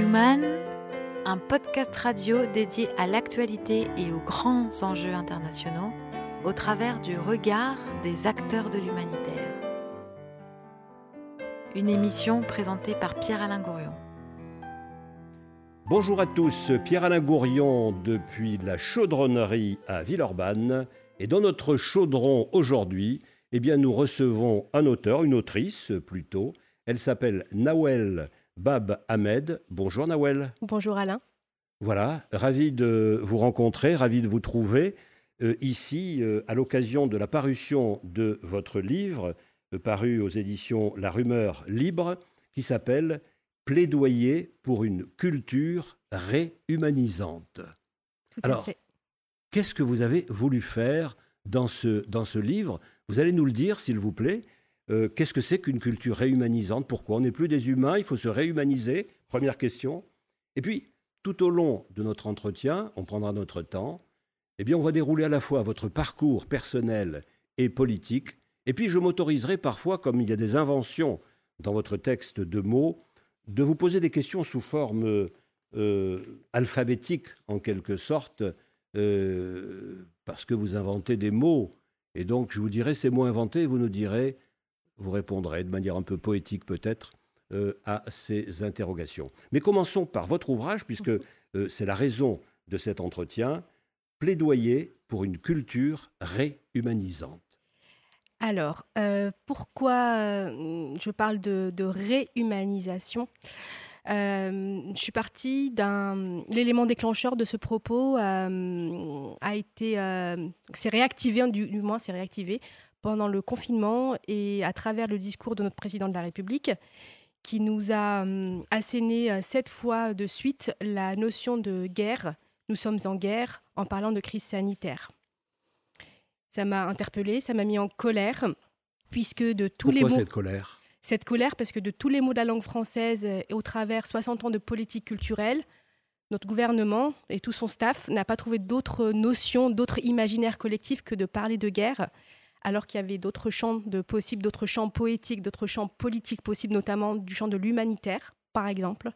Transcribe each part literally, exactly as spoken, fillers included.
Human, un podcast radio dédié à l'actualité et aux grands enjeux internationaux au travers du regard des acteurs de l'humanitaire. Une émission présentée par Pierre-Alain Gourion. Bonjour à tous, Pierre-Alain Gourion depuis la chaudronnerie à Villeurbanne. Et dans notre chaudron aujourd'hui, eh bien, nous recevons un auteur, une autrice plutôt. Elle s'appelle Nawel Bab Ahmed. Bonjour Nawel. Bonjour Alain. Voilà, ravi de vous rencontrer, ravi de vous trouver euh, ici euh, à l'occasion de la parution de votre livre, euh, paru aux éditions La Rumeur Libre, qui s'appelle « Plaidoyer pour une culture réhumanisante ». Alors, fait. Qu'est-ce que vous avez voulu faire dans ce, dans ce livre ? Vous allez nous le dire, s'il vous plaît. Euh, qu'est-ce que c'est qu'une culture réhumanisante ? Pourquoi ? On n'est plus des humains, il faut se réhumaniser. Première question. Et puis, tout au long de notre entretien, on prendra notre temps, eh bien, on va dérouler à la fois votre parcours personnel et politique. Et puis, je m'autoriserai parfois, comme il y a des inventions dans votre texte de mots, de vous poser des questions sous forme euh, alphabétique, en quelque sorte, euh, parce que vous inventez des mots. Et donc, je vous dirai ces mots inventés, et vous nous direz... Vous répondrez de manière un peu poétique peut-être euh, à ces interrogations. Mais commençons par votre ouvrage, puisque euh, c'est la raison de cet entretien, Plaidoyer pour une culture réhumanisante. Alors, euh, pourquoi euh, je parle de, de réhumanisation ? euh, Je suis partie d'un... L'élément déclencheur de ce propos euh, a été... Euh, c'est réactivé, du, du moins c'est réactivé, pendant le confinement et à travers le discours de notre président de la République, qui nous a hum, asséné euh, sept fois de suite la notion de guerre. Nous sommes en guerre en parlant de crise sanitaire. Ça m'a interpellée, ça m'a mis en colère, puisque de tous Pourquoi les mots... Pourquoi cette colère ? Cette colère, parce que de tous les mots de la langue française et au travers soixante ans de politique culturelle, notre gouvernement et tout son staff n'a pas trouvé d'autres notions, d'autres imaginaires collectifs que de parler de guerre, alors qu'il y avait d'autres champs de possibles, d'autres champs poétiques, d'autres champs politiques possibles, notamment du champ de l'humanitaire, par exemple.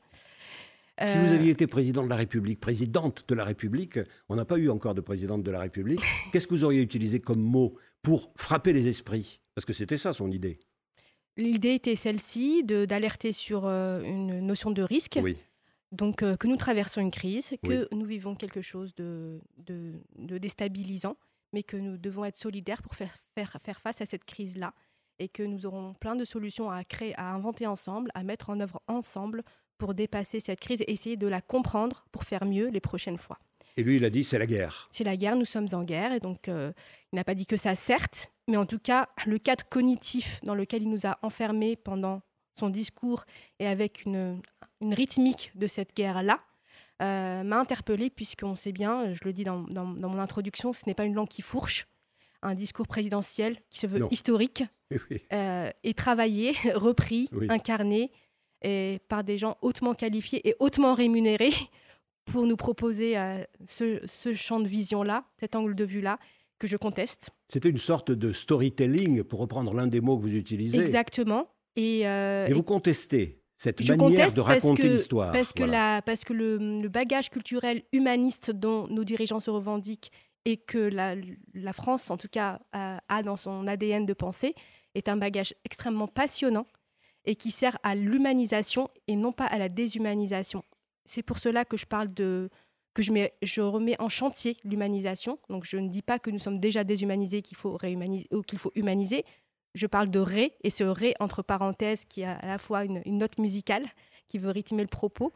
Si euh... vous aviez été président de la République, présidente de la République, on n'a pas eu encore de présidente de la République, qu'est-ce que vous auriez utilisé comme mot pour frapper les esprits ? Parce que c'était ça son idée. L'idée était celle-ci, de, d'alerter sur euh, une notion de risque. Oui. Donc euh, que nous traversons une crise, que oui. nous vivons quelque chose de, de, de déstabilisant, mais que nous devons être solidaires pour faire, faire, faire face à cette crise-là et que nous aurons plein de solutions à créer, à inventer ensemble, à mettre en œuvre ensemble pour dépasser cette crise et essayer de la comprendre pour faire mieux les prochaines fois. Et lui, il a dit, c'est la guerre. C'est la guerre, nous sommes en guerre. Et donc, euh, il n'a pas dit que ça, certes, mais en tout cas, le cadre cognitif dans lequel il nous a enfermés pendant son discours et avec une, une rythmique de cette guerre-là, Euh, m'a interpellée, puisqu'on sait bien, je le dis dans, dans, dans mon introduction, ce n'est pas une langue qui fourche, un discours présidentiel qui se veut non. historique, oui. euh, et travaillé, repris, oui. incarné et par des gens hautement qualifiés et hautement rémunérés pour nous proposer euh, ce, ce champ de vision-là, cet angle de vue-là, que je conteste. C'était une sorte de storytelling, pour reprendre l'un des mots que vous utilisez. Exactement. Et, euh, et vous et... contestez cette Je manière de raconter que, l'histoire. Parce que, voilà. la, parce que le, le bagage culturel humaniste dont nos dirigeants se revendiquent et que la, la France, en tout cas, a, a dans son A D N de pensée, est un bagage extrêmement passionnant et qui sert à l'humanisation et non pas à la déshumanisation. C'est pour cela que je parle de... que je, mets, je remets en chantier l'humanisation. Donc je ne dis pas que nous sommes déjà déshumanisés, qu'il faut réhumaniser, ou qu'il faut humaniser. Je parle de ré, et ce ré, entre parenthèses, qui a à la fois une, une note musicale qui veut rythmer le propos,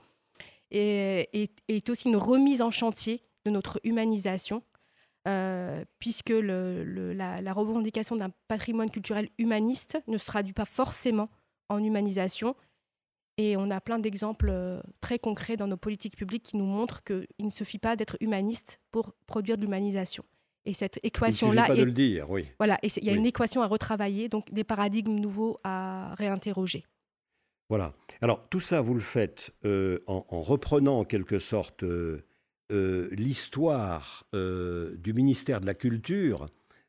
et, et, et est aussi une remise en chantier de notre humanisation, euh, puisque le, le, la, la revendication d'un patrimoine culturel humaniste ne se traduit pas forcément en humanisation. Et on a plein d'exemples euh, très concrets dans nos politiques publiques qui nous montrent qu'il ne suffit pas d'être humaniste pour produire de l'humanisation. Et cette équation-là, il ne suffit pas est, de le dire, oui. Voilà, et il y a oui. une équation à retravailler, donc des paradigmes nouveaux à réinterroger. Voilà. Alors tout ça, vous le faites euh, en, en reprenant en quelque sorte euh, euh, l'histoire euh, du ministère de la Culture,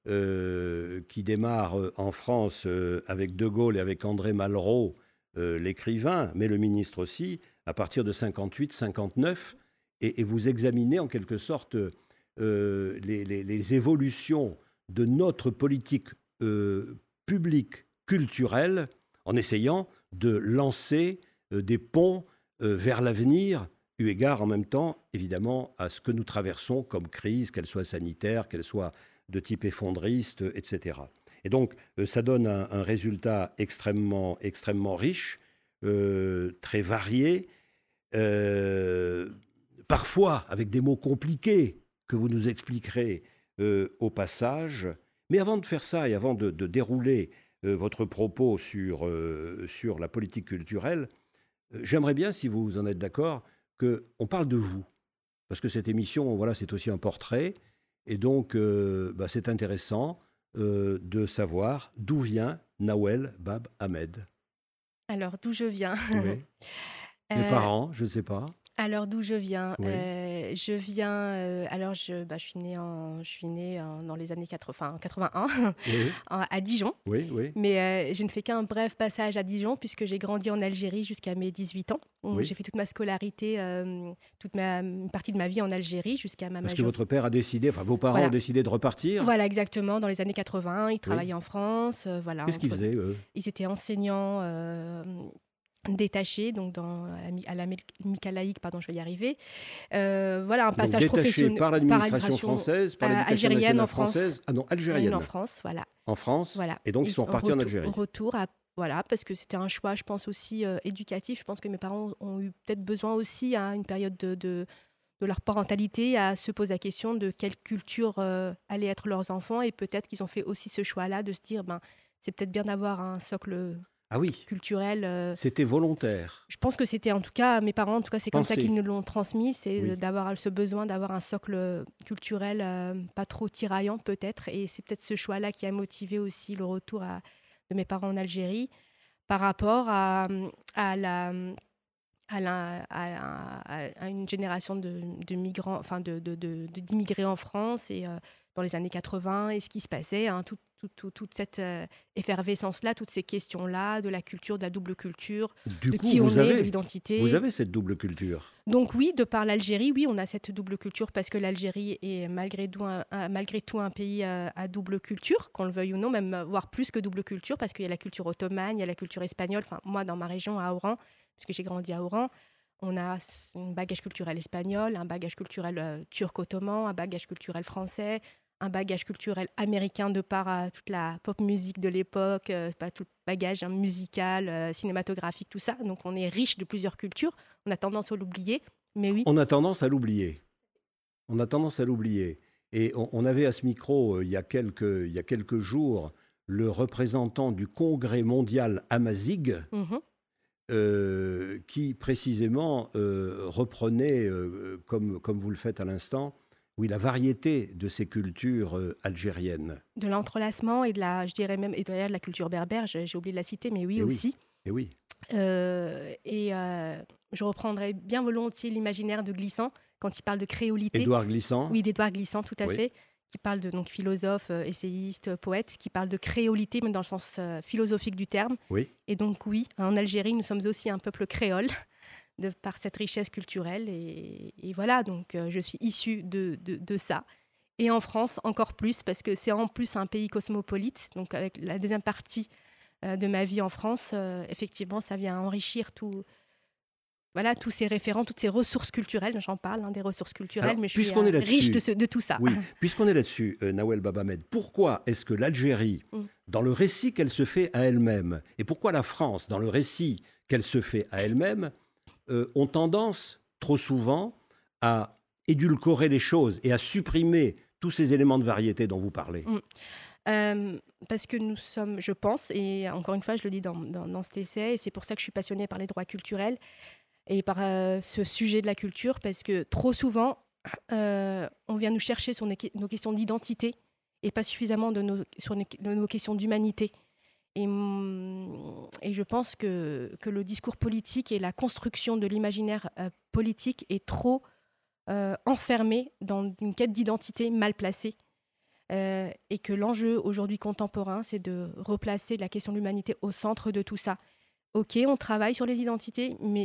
euh, qui démarre euh, en France euh, avec De Gaulle et avec André Malraux, euh, l'écrivain, mais le ministre aussi, à partir de cinquante-huit cinquante-neuf, et, et vous examinez en quelque sorte euh, les, les, les évolutions de notre politique euh, publique culturelle en essayant de lancer euh, des ponts euh, vers l'avenir, eu égard en même temps, évidemment, à ce que nous traversons comme crise, qu'elle soit sanitaire, qu'elle soit de type effondriste, et cetera. Et donc, euh, ça donne un, un résultat extrêmement, extrêmement riche, euh, très varié, euh, parfois avec des mots compliqués que vous nous expliquerez euh, au passage. Mais avant de faire ça et avant de, de dérouler euh, votre propos sur, euh, sur la politique culturelle, euh, j'aimerais bien, si vous en êtes d'accord, qu'on parle de vous. Parce que cette émission, voilà, c'est aussi un portrait. Et donc, euh, bah, c'est intéressant euh, de savoir d'où vient Nawel Bab Ahmed. Alors, d'où je viens Oui. Les Euh, parents, je ne sais pas. Alors, d'où je viens Oui. Euh, Je viens. euh, alors, je, bah, je suis née, en, je suis née en- dans les années quatre-vingts, quatre-vingt-un, Oui, en- à Dijon. oui, oui. Mais euh, je ne fais qu'un bref passage à Dijon, puisque j'ai grandi en Algérie jusqu'à mes dix-huit ans. Donc, Oui. j'ai fait toute ma scolarité, euh, toute ma, une partie de ma vie en Algérie jusqu'à ma Parce que majorité. votre père a décidé, enfin vos parents Voilà. ont décidé de repartir. Voilà, exactement. Dans les années quatre-vingts, ils travaillaient en France. euh, voilà, Qu'est-ce qu'ils entre- faisaient, eux? Ils étaient enseignants euh, détachés, donc dans, à la, mi- à la mi- Micalaïque, pardon, je vais y arriver. Euh, voilà, un Donc passage détachés professionnel. par l'administration française, par euh, l'éducation algérienne nationale en France. française. Ah non, Oui, algérienne. en France, voilà. En France. Voilà. Et donc ils sont repartis en retour- Algérie. Retour à, voilà, parce que c'était un choix, je pense aussi euh, éducatif. Je pense que mes parents ont eu peut-être besoin aussi à une période de, de, de leur parentalité à se poser la question de quelle culture euh, allaient être leurs enfants, et peut-être qu'ils ont fait aussi ce choix-là de se dire, ben, c'est peut-être bien d'avoir un socle Ah oui, culturel. euh, c'était volontaire. Je pense que c'était en tout cas, mes parents, en tout cas, c'est comme ça Pensez. qu'ils nous l'ont transmis, c'est Oui. d'avoir ce besoin d'avoir un socle culturel euh, pas trop tiraillant peut-être. Et c'est peut-être ce choix-là qui a motivé aussi le retour à- de mes parents en Algérie par rapport à, à la... À, la- à- à- à une génération de, de migrants, enfin de, de- de- de- d'immigrés en France et euh, dans les années quatre-vingts et ce qui se passait, hein, tout- tout- tout- toute cette euh, effervescence-là, toutes ces questions-là, de la culture, de la double culture, Du de coup, qui on vous est, de avez, l'identité. vous avez cette double culture. Donc oui, de par l'Algérie, oui, on a cette double culture parce que l'Algérie est malgré tout un, un- malgré tout un pays euh, à double culture, qu'on le veuille ou non, même euh, voire plus que double culture, parce qu'il y a la culture ottomane, il y a la culture espagnole. Enfin, moi, dans ma région, à Oran, puisque j'ai grandi à Oran, on a un bagage culturel espagnol, un bagage culturel euh, turc-ottoman, un bagage culturel français, un bagage culturel américain de par euh, toute la pop musique de l'époque, euh, pas tout le bagage hein, musical, euh, cinématographique, tout ça. Donc on est riche de plusieurs cultures. On a tendance à l'oublier, mais oui. On a tendance à l'oublier. On a tendance à l'oublier. Et on, on avait à ce micro, euh, il y a quelques, il y a quelques jours, le représentant du Congrès mondial Amazigh, Mhm. euh, qui précisément euh, reprenait, euh, comme, comme vous le faites à l'instant, oui, la variété de ces cultures euh, algériennes. De l'entrelacement et de la, je dirais même, et d'ailleurs de la culture berbère, j'ai j'ai oublié de la citer, mais oui Eh oui. aussi. Et oui, Euh, et euh, je reprendrai bien volontiers l'imaginaire de Glissant quand il parle de créolité. Édouard Glissant. Oui, d'Édouard Glissant, tout à Oui. fait, qui parle de donc philosophe, euh, essayiste, euh, poète, qui parle de créolité, même dans le sens euh, philosophique du terme. Oui. Et donc oui, en Algérie, nous sommes aussi un peuple créole, de par cette richesse culturelle. Et, et voilà, donc euh, je suis issue de, de, de ça. Et en France, encore plus, parce que c'est en plus un pays cosmopolite. Donc avec la deuxième partie euh, de ma vie en France, euh, effectivement, ça vient enrichir tout... Voilà, tous ces référents, toutes ces ressources culturelles, j'en parle, hein, des ressources culturelles, Alors, mais je suis puisqu'on euh, est là-dessus- riche de, ce- de tout ça. Oui, puisqu'on est là-dessus, euh, Nawel Bab Ahmed, pourquoi est-ce que l'Algérie, Mm. dans le récit qu'elle se fait à elle-même, et pourquoi la France, dans le récit qu'elle se fait à elle-même, euh, ont tendance, trop souvent, à édulcorer les choses et à supprimer tous ces éléments de variété dont vous parlez? Mm. Euh, parce que nous sommes, je pense, et encore une fois, je le dis dans, dans, dans cet essai, et c'est pour ça que je suis passionnée par les droits culturels et par euh, ce sujet de la culture, parce que trop souvent, euh, on vient nous chercher sur nos, nos questions d'identité et pas suffisamment de nos, sur nos, de nos questions d'humanité. Et, mm, et je pense que, que le discours politique et la construction de l'imaginaire euh, politique est trop euh, enfermé dans une quête d'identité mal placée. Euh, et que l'enjeu aujourd'hui contemporain, c'est de replacer la question de l'humanité au centre de tout ça. Ok, on travaille sur les identités, mais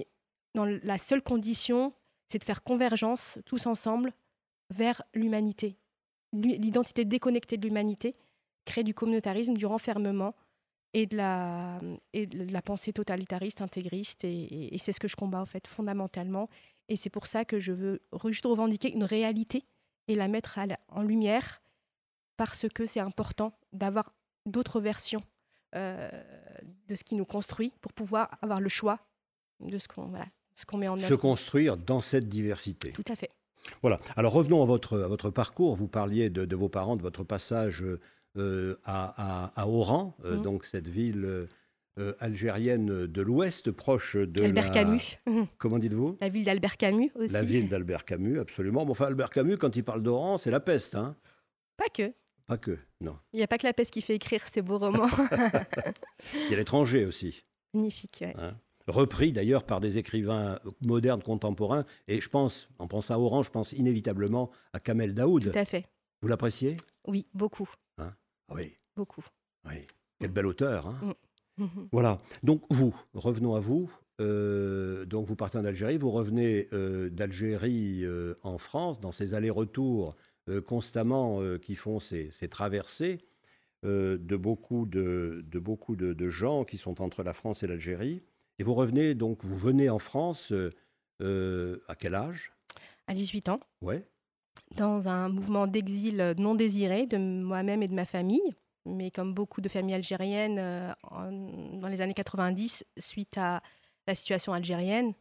dans la seule condition, c'est de faire convergence tous ensemble vers l'humanité. L'identité déconnectée de l'humanité crée du communautarisme, du renfermement et de la, et de la pensée totalitariste, intégriste. Et, et, et c'est ce que je combats en fait fondamentalement. Et c'est pour ça que je veux juste revendiquer une réalité et la mettre à la, en lumière, parce que c'est important d'avoir d'autres versions euh, de ce qui nous construit pour pouvoir avoir le choix de ce qu'on, voilà, ce qu'on met en œuvre. Se construire dans cette diversité. Tout à fait. Voilà. Alors revenons à votre, à votre parcours. Vous parliez de, de vos parents, de votre passage euh, à, à, à Oran, euh, mmh. donc cette ville euh, algérienne de l'Ouest, proche de Albert la... Camus. Comment dites-vous ? La ville d'Albert Camus aussi. La ville d'Albert Camus, absolument. Bon, enfin, Albert Camus, quand il parle d'Oran, c'est la peste, hein ? Pas que. Pas que, non. Il n'y a pas que la peste qui fait écrire ces beaux romans. Il y a l'étranger aussi. Magnifique, oui. Hein ? Repris d'ailleurs par des écrivains modernes, contemporains. Et je pense, en pensant à Oran, je pense inévitablement à Kamel Daoud. Tout à fait. Vous l'appréciez ? Oui, beaucoup. Hein ? Oui. Beaucoup. Oui. Quel bel auteur. Hein ? Mm. Mm-hmm. Voilà. Donc vous, revenons à vous. Euh, donc vous partez en Algérie, vous revenez euh, d'Algérie euh, en France, dans ces allers-retours euh, constamment euh, qui font ces, ces traversées euh, de beaucoup, de, de, beaucoup de, de gens qui sont entre la France et l'Algérie. Et vous revenez, donc vous venez en France euh, euh, à quel âge ? À dix-huit ans. Ouais. Dans un mouvement d'exil non désiré de moi-même et de ma famille. Mais comme beaucoup de familles algériennes, euh, en, dans les années quatre-vingt-dix, suite à la situation algérienne.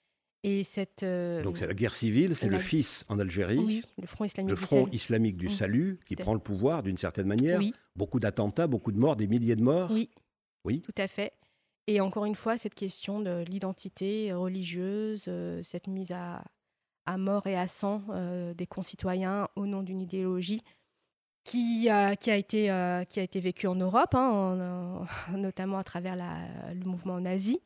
Et cette, euh, Donc c'est la guerre civile, c'est la... le fils en Algérie. Oui, le Front islamique le du Front Salut. islamique du oui. Salut, qui Tout prend le pouvoir d'une certaine manière. Oui. Beaucoup d'attentats, beaucoup de morts, des milliers de morts. Oui. Oui. Tout à fait. Et encore une fois, cette question de l'identité religieuse, euh, cette mise à, à mort et à sang euh, des concitoyens au nom d'une idéologie qui a, qui a, été, euh, qui a été vécue en Europe, hein, en, en, notamment à travers la, le mouvement nazi,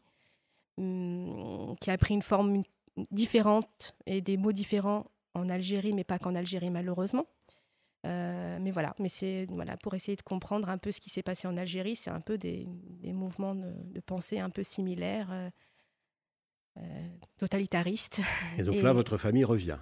hum, qui a pris une forme différente et des mots différents en Algérie, mais pas qu'en Algérie malheureusement. Euh, mais voilà, mais c'est voilà, pour essayer de comprendre un peu ce qui s'est passé en Algérie, c'est un peu des, des mouvements de, de pensée un peu similaires, euh, euh, totalitaristes. Et donc et, là, votre famille revient.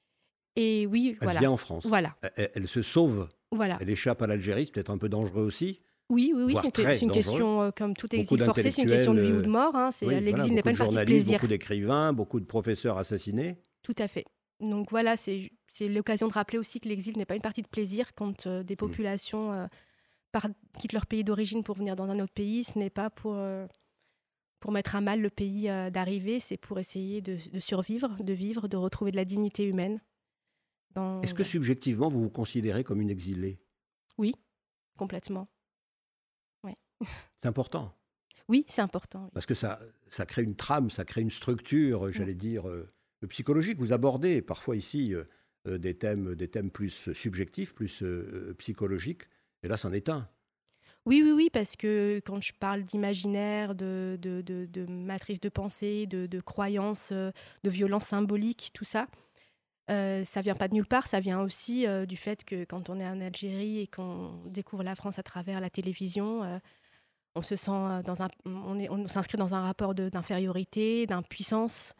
Et oui, elle voilà. vient en France. Voilà. Elle, elle se sauve. Voilà. Elle échappe à l'Algérie, c'est peut-être un peu dangereux aussi. Oui, oui, oui, c'est, c'est, c'est une question, euh, comme tout exil forcé, c'est une question de vie ou de mort. Hein, c'est, oui, l'exil voilà, n'est pas une partie de plaisir. Beaucoup d'écrivains, beaucoup de professeurs assassinés. Tout à fait. Donc voilà, c'est, c'est l'occasion de rappeler aussi que l'exil n'est pas une partie de plaisir quand euh, des populations euh, par, quittent leur pays d'origine pour venir dans un autre pays. Ce n'est pas pour, euh, pour mettre à mal le pays euh, d'arrivée, c'est pour essayer de, de survivre, de vivre, de retrouver de la dignité humaine. Dans... Est-ce que subjectivement, vous vous considérez comme une exilée ? Oui, complètement. Ouais. C'est important. Oui, c'est important. Oui. Parce que ça, ça crée une trame, ça crée une structure, j'allais dire, euh, psychologique. Vous abordez parfois ici euh, des, thèmes, des thèmes plus subjectifs, plus euh, psychologiques. Et là, c'en est un. Oui, oui, oui, parce que quand je parle d'imaginaire, de, de, de, de matrice de pensée, de, de croyances, de violence symbolique, tout ça, Euh, ça vient pas de nulle part, ça vient aussi euh, du fait que quand on est en Algérie et qu'on découvre la France à travers la télévision, euh, on se sent dans un, on, est, on s'inscrit dans un rapport de, d'infériorité, d'impuissance,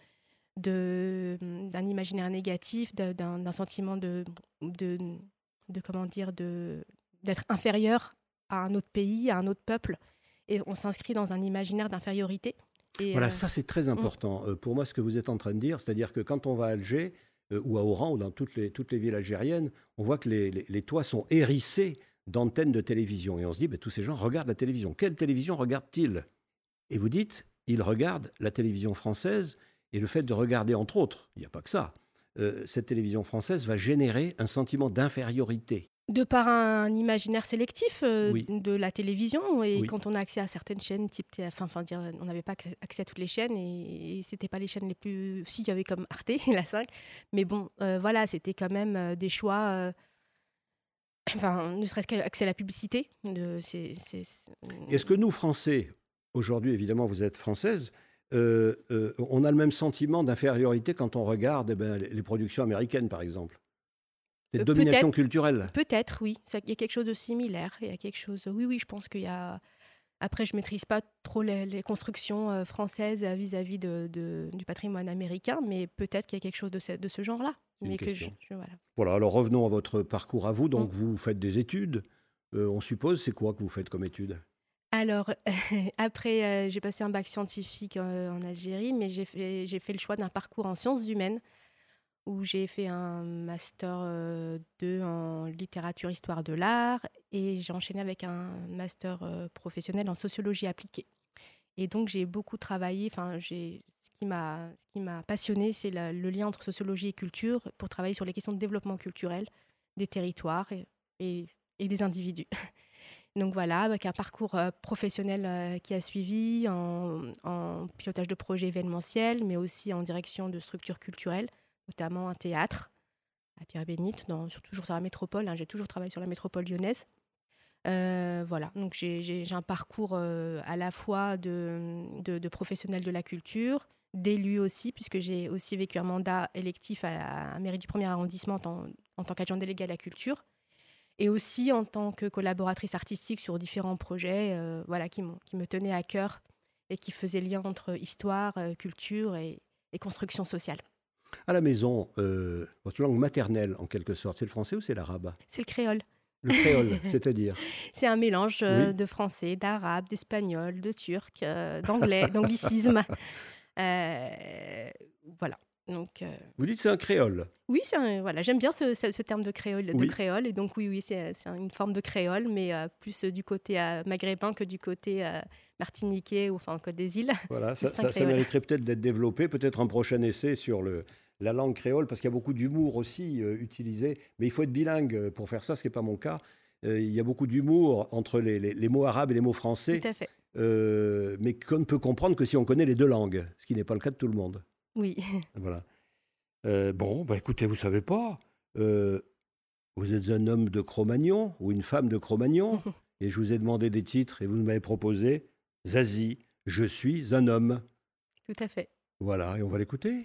de, d'un imaginaire négatif, de, d'un, d'un sentiment de, de, de comment dire, de, d'être inférieur à un autre pays, à un autre peuple, et on s'inscrit dans un imaginaire d'infériorité. Et, voilà, euh, ça c'est très important. Euh, pour moi, ce que vous êtes en train de dire, c'est-à-dire que quand on va à Alger, ou à Oran, ou dans toutes les, toutes les villes algériennes, on voit que les, les, les toits sont hérissés d'antennes de télévision. Et on se dit, ben, tous ces gens regardent la télévision. Quelle télévision regardent-ils ? Et vous dites, ils regardent la télévision française, et le fait de regarder, entre autres, il n'y a pas que ça, euh, cette télévision française va générer un sentiment d'infériorité. De par un imaginaire sélectif euh, Oui. de la télévision, et Oui. quand on a accès à certaines chaînes, type T F un, enfin, dire, on n'avait pas accès à toutes les chaînes, et, et c'était pas les chaînes les plus... Si, il y avait comme Arte, la cinq, mais bon, euh, voilà, c'était quand même euh, des choix... Euh... Enfin, ne serait-ce qu'accès à la publicité. De, c'est, c'est, c'est... Est-ce que nous, Français, aujourd'hui, évidemment, vous êtes française, euh, euh, on a le même sentiment d'infériorité quand on regarde eh ben, les productions américaines, par exemple ? Cette Euh, domination peut-être, culturelle. Peut-être, oui. Il y a quelque chose de similaire. Il y a quelque chose... Oui, oui, je pense qu'il y a... Après, je ne maîtrise pas trop les, les constructions euh, françaises euh, vis-à-vis de, de, du patrimoine américain, mais peut-être qu'il y a quelque chose de ce, de ce genre-là. C'est mais une que question. je, je, voilà. Voilà, alors revenons à votre parcours à vous. Donc, Mm. vous faites des études, euh, on suppose. C'est quoi que vous faites comme études? Alors, après, euh, j'ai passé un bac scientifique euh, en Algérie, mais j'ai fait, j'ai fait le choix d'un parcours en sciences humaines, où j'ai fait un master euh, deux en littérature histoire de l'art, et j'ai enchaîné avec un master euh, professionnel en sociologie appliquée. Et donc, j'ai beaucoup travaillé, enfin, j'ai, ce qui m'a, ce qui m'a passionné, c'est la, le lien entre sociologie et culture, pour travailler sur les questions de développement culturel des territoires et, et, et des individus. Donc voilà, avec un parcours euh, professionnel euh, qui a suivi en, en pilotage de projets événementiels, mais aussi en direction de structures culturelles, notamment un théâtre à Pierre-Bénite, dans, sur, toujours sur la métropole. Hein, j'ai toujours travaillé sur la métropole lyonnaise. Euh, voilà, donc j'ai, j'ai, j'ai un parcours euh, à la fois de, de, de professionnel de la culture, d'élu aussi, puisque j'ai aussi vécu un mandat électif à la, à la mairie du premier arrondissement en tant, en tant qu'adjointe déléguée à la culture, et aussi en tant que collaboratrice artistique sur différents projets euh, voilà, qui, qui me tenaient à cœur et qui faisaient lien entre histoire, euh, culture et, et construction sociale. À la maison, euh, votre langue maternelle, en quelque sorte, c'est le français ou c'est l'arabe? C'est le créole. Le créole, c'est-à-dire? C'est un mélange euh, Oui. de français, d'arabe, d'espagnol, de turc, euh, d'anglais, d'anglicisme. Euh, voilà. Donc, euh, Vous dites c'est un créole? oui, c'est un- voilà, j'aime bien ce, ce- ce terme de créole, de Oui. créole. Et donc, oui, oui, c'est, c'est une forme de créole, mais euh, plus du côté euh, maghrébin que du côté euh, martiniquais ou enfin Côte des Îles. Voilà, ça, C'est un ça, ça créole. mériterait peut-être d'être développé, peut-être un prochain essai sur le, la langue créole, parce qu'il y a beaucoup d'humour aussi euh, utilisé. Mais il faut être bilingue euh, pour faire ça, ce qui n'est pas mon cas. Euh, il y a beaucoup d'humour entre les, les- les mots arabes et les mots français, Tout à fait. euh, mais qu'on ne peut comprendre que si on connaît les deux langues, ce qui n'est pas le cas de tout le monde. Oui. Voilà. Euh, bon, bah écoutez, vous savez pas, euh, vous êtes un homme de Cro-Magnon ou une femme de Cro-Magnon, et je vous ai demandé des titres et vous m'avez proposé Zazie, je suis un homme. Tout à fait. Voilà, et on va l'écouter.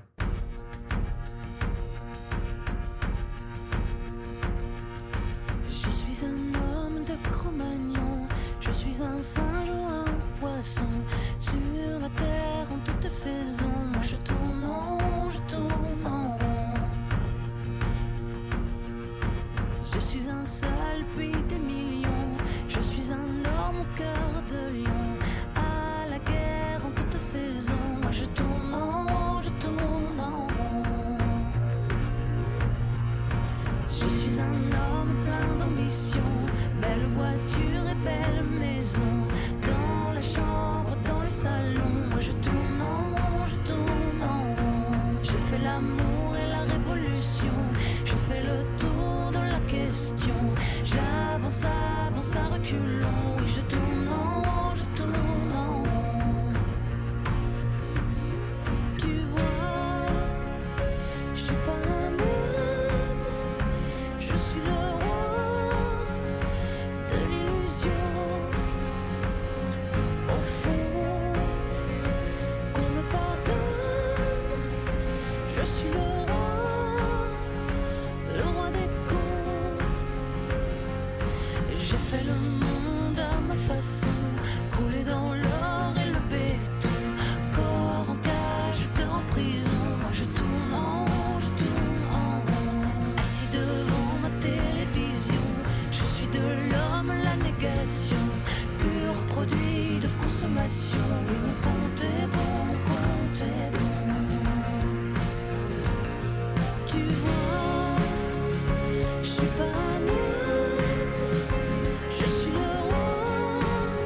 Je suis un homme de Cro-Magnon, je suis un singe ou un poisson, sur la terre en toute saison, moi je tourne en rond, je tourne en rond. Je suis un seul puis des millions, je suis un homme au cœur de lion, à la guerre en toute saison, moi je tourne en rond, je tourne en rond. Je suis un homme plein d'ambition, belle voiture et belle maison, dans la chambre, dans le salon, moi je tourne en rond, je tourne en rond. Je fais l'amour et la révolution, je fais le tour de la question, j'avance, avance à reculons, oui je tourne en rond, je tourne en rond. Tu vois, je suis pas un homme, je suis le roi de l'illusion. Au fond, qu'on me pardonne, je suis le roi, le roi des cons. J'ai fait le monde à ma façon, coulé dans l'or et le béton, corps en cage, cœur en prison. Moi je tourne en rond, je tourne en rond. Assis devant ma télévision, je suis de l'homme la négation, pur produit de consommation. Oui, mon compte est bon, mon compte est bon. Tu vois, je suis pas un homme, je suis le roi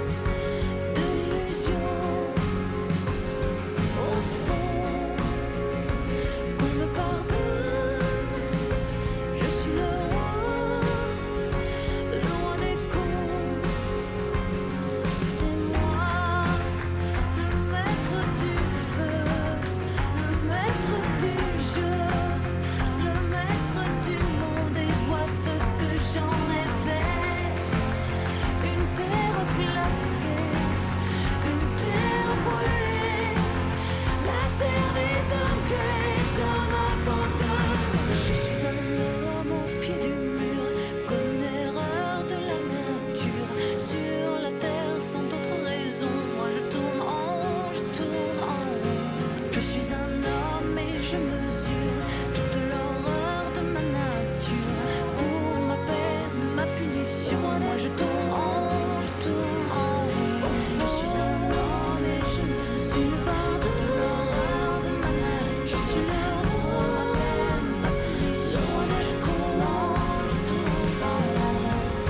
je mesure toute l'horreur de ma nature. Pour ma peine, ma punition, moi je tourne en, je tourne en rond. Au fond, je suis un homme et je mesure toute l'horreur de ma nature. Je suis le roi, ma peine, ma punition, moi je tourne en, je tourne en rond.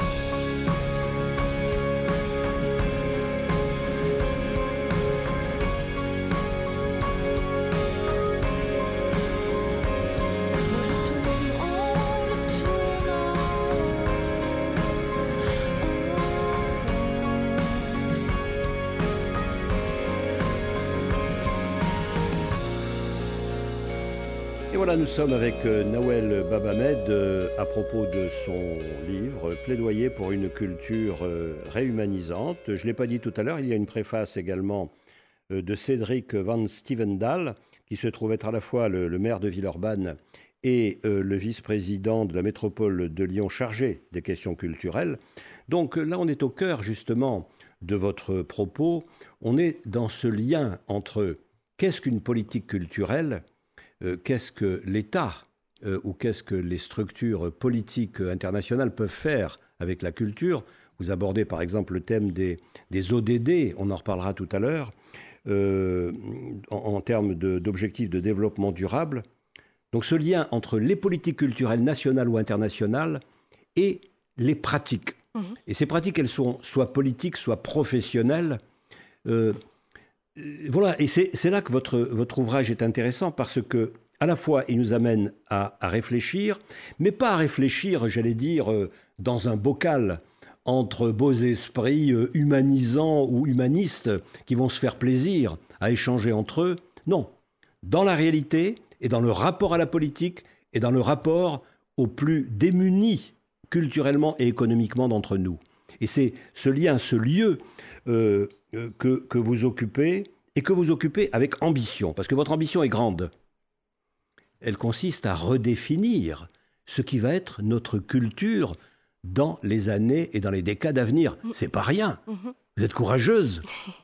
Moi je tourne en, je tourne en Et voilà, nous sommes avec euh, Nawel Babamed euh, à propos de son livre « Plaidoyer pour une culture euh, réhumanisante ». Je ne l'ai pas dit tout à l'heure, il y a une préface également euh, de Cédric Van Stevendal, qui se trouve être à la fois le, le maire de Villeurbanne et euh, le vice-président de la métropole de Lyon chargé des questions culturelles. Donc euh, là, on est au cœur justement de votre propos. On est dans ce lien entre qu'est-ce qu'une politique culturelle, euh, qu'est-ce que l'État euh, ou qu'est-ce que les structures politiques internationales peuvent faire avec la culture. Vous abordez par exemple le thème des, des O D D, on en reparlera tout à l'heure, euh, en, en termes de, d'objectifs de développement durable. Donc ce lien entre les politiques culturelles nationales ou internationales et les pratiques. Mmh. Et ces pratiques, elles sont soit politiques, soit professionnelles. Euh, voilà, et c'est, c'est là que votre, votre ouvrage est intéressant parce que, à la fois, il nous amène à, à réfléchir, mais pas à réfléchir, j'allais dire, euh, dans un bocal entre beaux esprits euh, humanisants ou humanistes qui vont se faire plaisir à échanger entre eux. Non, dans la réalité et dans le rapport à la politique et dans le rapport aux plus démunis culturellement et économiquement d'entre nous. Et c'est ce lien, ce lieu euh, que, que vous occupez et que vous occupez avec ambition, parce que votre ambition est grande. Elle consiste à redéfinir ce qui va être notre culture dans les années et dans les décades à venir. C'est pas rien. Mm-hmm. Vous êtes courageuse.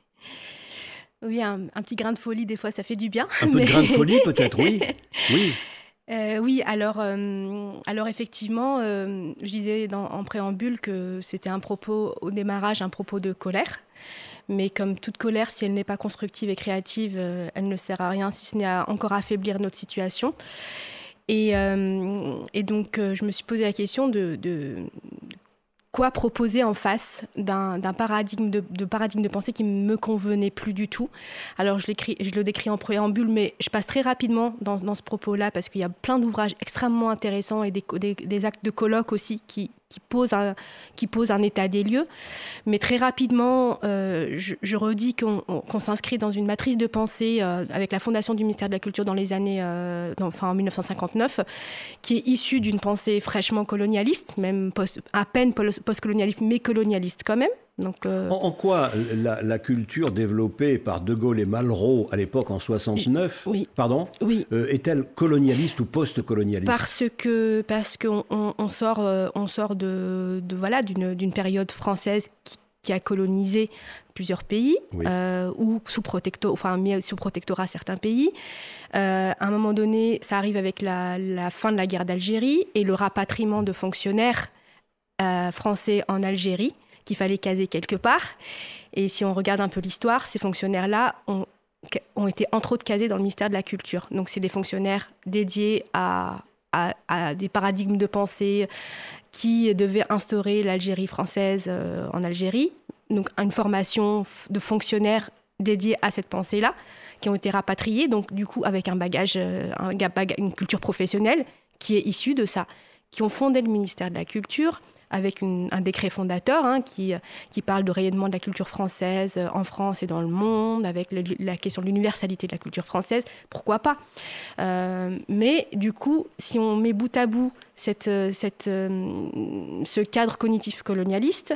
Oui, un, un petit grain de folie, des fois, ça fait du bien. Un mais... peu de grain de folie, peut-être, oui. Oui. Euh, oui, alors, euh, alors effectivement, euh, je disais dans, en préambule que c'était un propos, au démarrage, un propos de colère. Mais comme toute colère, si elle n'est pas constructive et créative, euh, elle ne sert à rien, si ce n'est à encore affaiblir notre situation. Et, euh, et donc, euh, je me suis posé la question de... de quoi proposer en face d'un, d'un paradigme, de, de paradigme de pensée qui ne me convenait plus du tout. Alors, je, je le décris en préambule, mais je passe très rapidement dans, dans ce propos-là parce qu'il y a plein d'ouvrages extrêmement intéressants et des, des, des actes de colloques aussi qui, qui, posent un, qui posent un état des lieux. Mais très rapidement, euh, je, je redis qu'on, qu'on s'inscrit dans une matrice de pensée euh, avec la fondation du ministère de la Culture dans les années, euh, dans, enfin, en dix-neuf cent cinquante-neuf, qui est issue d'une pensée fraîchement colonialiste, même post, à peine post-colonialiste, mais colonialiste quand même. Donc, euh... en, en quoi la, la culture développée par De Gaulle et Malraux à l'époque en soixante-neuf, oui. pardon, oui. Euh, est-elle colonialiste ou post-colonialiste ? Parce que parce qu'on on, on sort euh, on sort de, de voilà d'une d'une période française qui, qui a colonisé plusieurs pays, oui. euh, ou sous protectorat, enfin mis sous protectorat certains pays. Euh, à un moment donné, ça arrive avec la, la fin de la guerre d'Algérie et le rapatriement de fonctionnaires euh, français en Algérie, qu'il fallait caser quelque part. Et si on regarde un peu l'histoire, ces fonctionnaires-là ont, ont été entre autres casés dans le ministère de la Culture. Donc c'est des fonctionnaires dédiés à, à, à des paradigmes de pensée qui devaient instaurer l'Algérie française euh, en Algérie. Donc une formation de fonctionnaires dédiés à cette pensée-là, qui ont été rapatriés, donc du coup avec un bagage, un bagage, une culture professionnelle qui est issue de ça, qui ont fondé le ministère de la Culture, avec une, un décret fondateur hein, qui, qui parle de rayonnement de la culture française en France et dans le monde, avec le, la question de l'universalité de la culture française, pourquoi pas euh, mais du coup, si on met bout à bout cette, cette, euh, ce cadre cognitif colonialiste,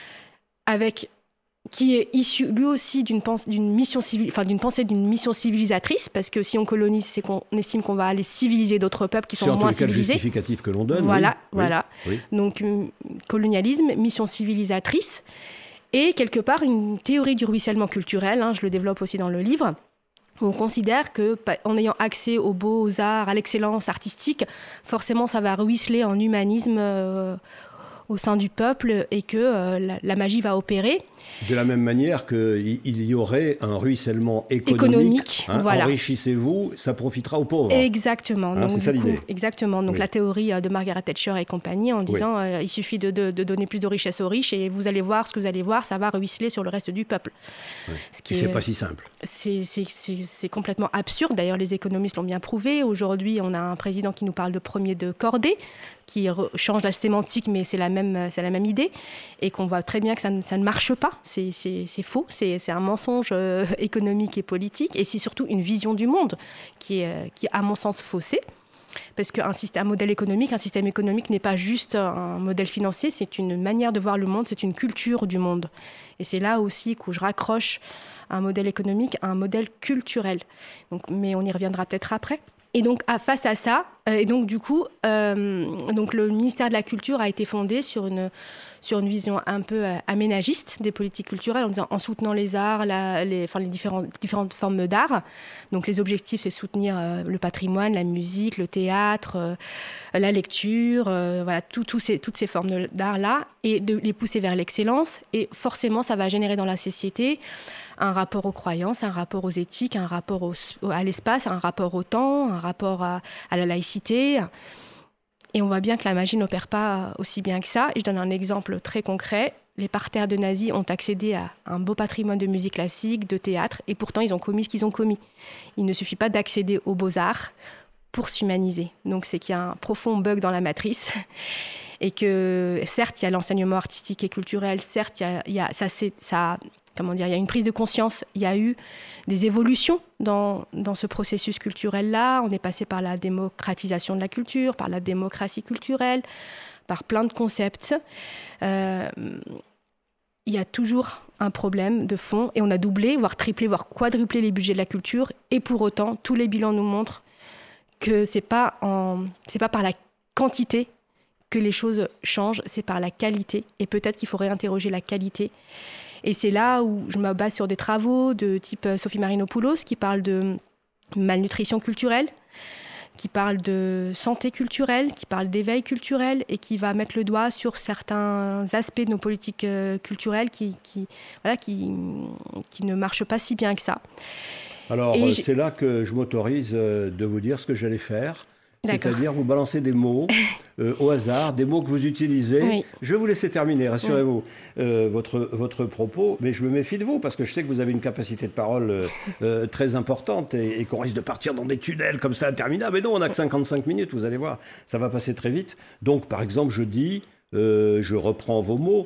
avec, qui est issu lui aussi d'une, pense, d'une, mission civil, enfin, d'une pensée d'une mission civilisatrice, parce que si on colonise, c'est qu'on estime qu'on va aller civiliser d'autres peuples qui c'est sont moins civilisés. C'est en tout cas le justificatif que l'on donne. Voilà, oui. voilà. Oui. Donc, colonialisme, mission civilisatrice, et quelque part une théorie du ruissellement culturel, hein, je le développe aussi dans le livre, On considère qu'en ayant accès aux beaux-arts, à l'excellence artistique, forcément ça va ruisseler en humanisme euh, au sein du peuple et que euh, la, la magie va opérer. De la même manière qu'il y aurait un ruissellement économique. économique hein, voilà. Enrichissez-vous, ça profitera aux pauvres. Exactement. Hein, Donc, c'est du ça coup, l'idée. exactement. Donc Oui. la théorie de Margaret Thatcher et compagnie en disant oui. euh, il suffit de, de, de donner plus de richesse aux riches et vous allez voir ce que vous allez voir, ça va ruisseler sur le reste du peuple. Oui. Ce qui et c'est est, pas si simple. C'est, c'est, c'est, c'est complètement absurde. D'ailleurs, les économistes l'ont bien prouvé. Aujourd'hui, on a un président qui nous parle de premier de cordée, qui re- change la sémantique, mais c'est la même, c'est la même idée, et qu'on voit très bien que ça ne, ça ne marche pas. C'est, c'est, c'est faux, c'est, c'est un mensonge euh, économique et politique, et c'est surtout une vision du monde qui est, euh, qui est à mon sens, faussée. Parce qu'un système, un modèle économique, un système économique n'est pas juste un modèle financier, c'est une manière de voir le monde, c'est une culture du monde. Et c'est là aussi que je raccroche un modèle économique à un modèle culturel. Donc, mais on y reviendra peut-être après. Et donc, à, face à ça, euh, et donc du coup, euh, donc le ministère de la Culture a été fondé sur une, sur une vision un peu euh, aménagiste des politiques culturelles, en, disant, en soutenant les arts, la, les, enfin, les différentes, différentes formes d'art. Donc les objectifs, c'est soutenir euh, le patrimoine, la musique, le théâtre, euh, la lecture, euh, voilà, tout, tout ces, toutes ces formes d'art-là, et de les pousser vers l'excellence. Et forcément, ça va générer dans la société un rapport aux croyances, un rapport aux éthiques, un rapport au, à l'espace, un rapport au temps, un rapport à, à la laïcité. Et on voit bien que la magie n'opère pas aussi bien que ça. Et je donne un exemple très concret. Les parterres de nazis ont accédé à un beau patrimoine de musique classique, de théâtre, et pourtant ils ont commis ce qu'ils ont commis. Il ne suffit pas d'accéder aux beaux-arts pour s'humaniser. Donc c'est qu'il y a un profond bug dans la matrice. Et que certes, il y a l'enseignement artistique et culturel, certes, il y a, il y a, ça, c'est, ça Comment dire, il y a une prise de conscience, il y a eu des évolutions dans, dans ce processus culturel-là. On est passé par la démocratisation de la culture, par la démocratie culturelle, par plein de concepts. Euh, il y a toujours un problème de fond et on a doublé, voire triplé, voire quadruplé les budgets de la culture. Et pour autant, tous les bilans nous montrent que ce n'est pas, en, c'est pas par la quantité que les choses changent, c'est par la qualité. Et peut-être qu'il faut réinterroger la qualité. Et c'est là où je me base sur des travaux de type Sophie Marinopoulos qui parle de malnutrition culturelle, qui parle de santé culturelle, qui parle d'éveil culturel et qui va mettre le doigt sur certains aspects de nos politiques euh, culturelles qui, qui, voilà, qui, qui ne marchent pas si bien que ça. Alors, et c'est j'ai... là que je m'autorise de vous dire ce que j'allais faire. D'accord. C'est-à-dire, vous balancez des mots euh, au hasard, des mots que vous utilisez. Oui. Je vais vous laisser terminer, rassurez-vous, oui. euh, votre, votre propos. Mais je me méfie de vous, parce que je sais que vous avez une capacité de parole euh, euh, très importante et, et qu'on risque de partir dans des tunnels comme ça interminables. Mais non, on n'a que cinquante-cinq minutes, vous allez voir. Ça va passer très vite. Donc, par exemple, je dis, euh, je reprends vos mots,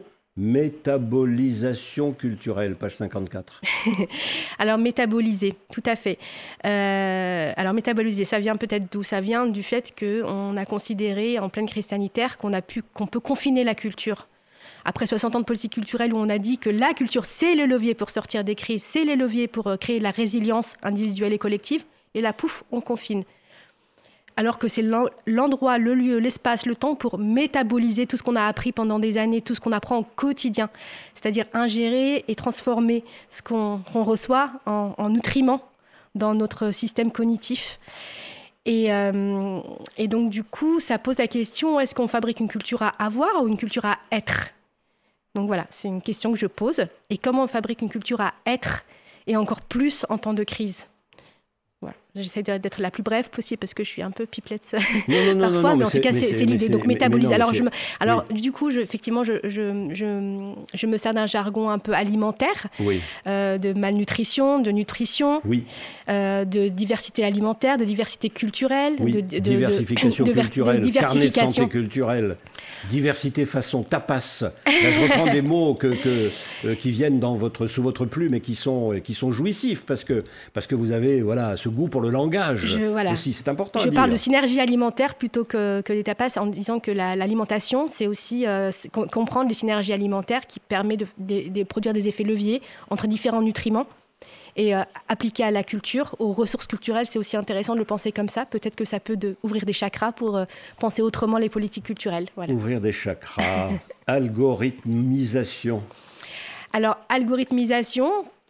métabolisation culturelle, page cinquante-quatre. Alors, métaboliser, tout à fait. Euh, alors, métaboliser, ça vient peut-être d'où? Ça vient du fait qu'on a considéré, en pleine crise sanitaire, qu'on a pu, qu'on peut confiner la culture. Après soixante ans de politique culturelle où on a dit que la culture, c'est le levier pour sortir des crises, c'est le levier pour créer de la résilience individuelle et collective, et là, pouf, on confine. Alors que c'est l'endroit, le lieu, l'espace, le temps pour métaboliser tout ce qu'on a appris pendant des années, tout ce qu'on apprend au quotidien. C'est-à-dire ingérer et transformer ce qu'on, qu'on reçoit en, en nutriments dans notre système cognitif. Et, euh, et donc, du coup, ça pose la question, est-ce qu'on fabrique une culture à avoir ou une culture à être? Donc voilà, c'est une question que je pose. Et comment on fabrique une culture à être, et encore plus en temps de crise? Voilà. J'essaie d'être la plus brève possible parce que je suis un peu pipelette non, non, parfois, non, mais en tout cas, c'est, c'est l'idée. Donc, métaboliser. Alors, je me, alors oui. du coup, je, effectivement, je, je, je, je me sers d'un jargon un peu alimentaire, oui. euh, de malnutrition, de nutrition, oui. euh, de diversité alimentaire, de diversité culturelle, oui. de, de diversification de, de, culturelle, de diversification. Carnet de santé culturelle, diversité façon tapas. Là, je reprends des mots que, que, euh, qui viennent dans votre, sous votre plume et qui sont, qui sont jouissifs parce que, parce que vous avez voilà, ce goût pour le langage je, voilà. aussi, c'est important Je à parle dire. de synergie alimentaire plutôt que, que des tapas en disant que la, l'alimentation, c'est aussi euh, c'est comprendre les synergies alimentaires qui permettent de, de, de produire des effets leviers entre différents nutriments et euh, appliquer à la culture, aux ressources culturelles, c'est aussi intéressant de le penser comme ça. Peut-être que ça peut de, ouvrir des chakras pour euh, penser autrement les politiques culturelles. Voilà. Ouvrir des chakras, algorithmisation. Alors, algorithmisation...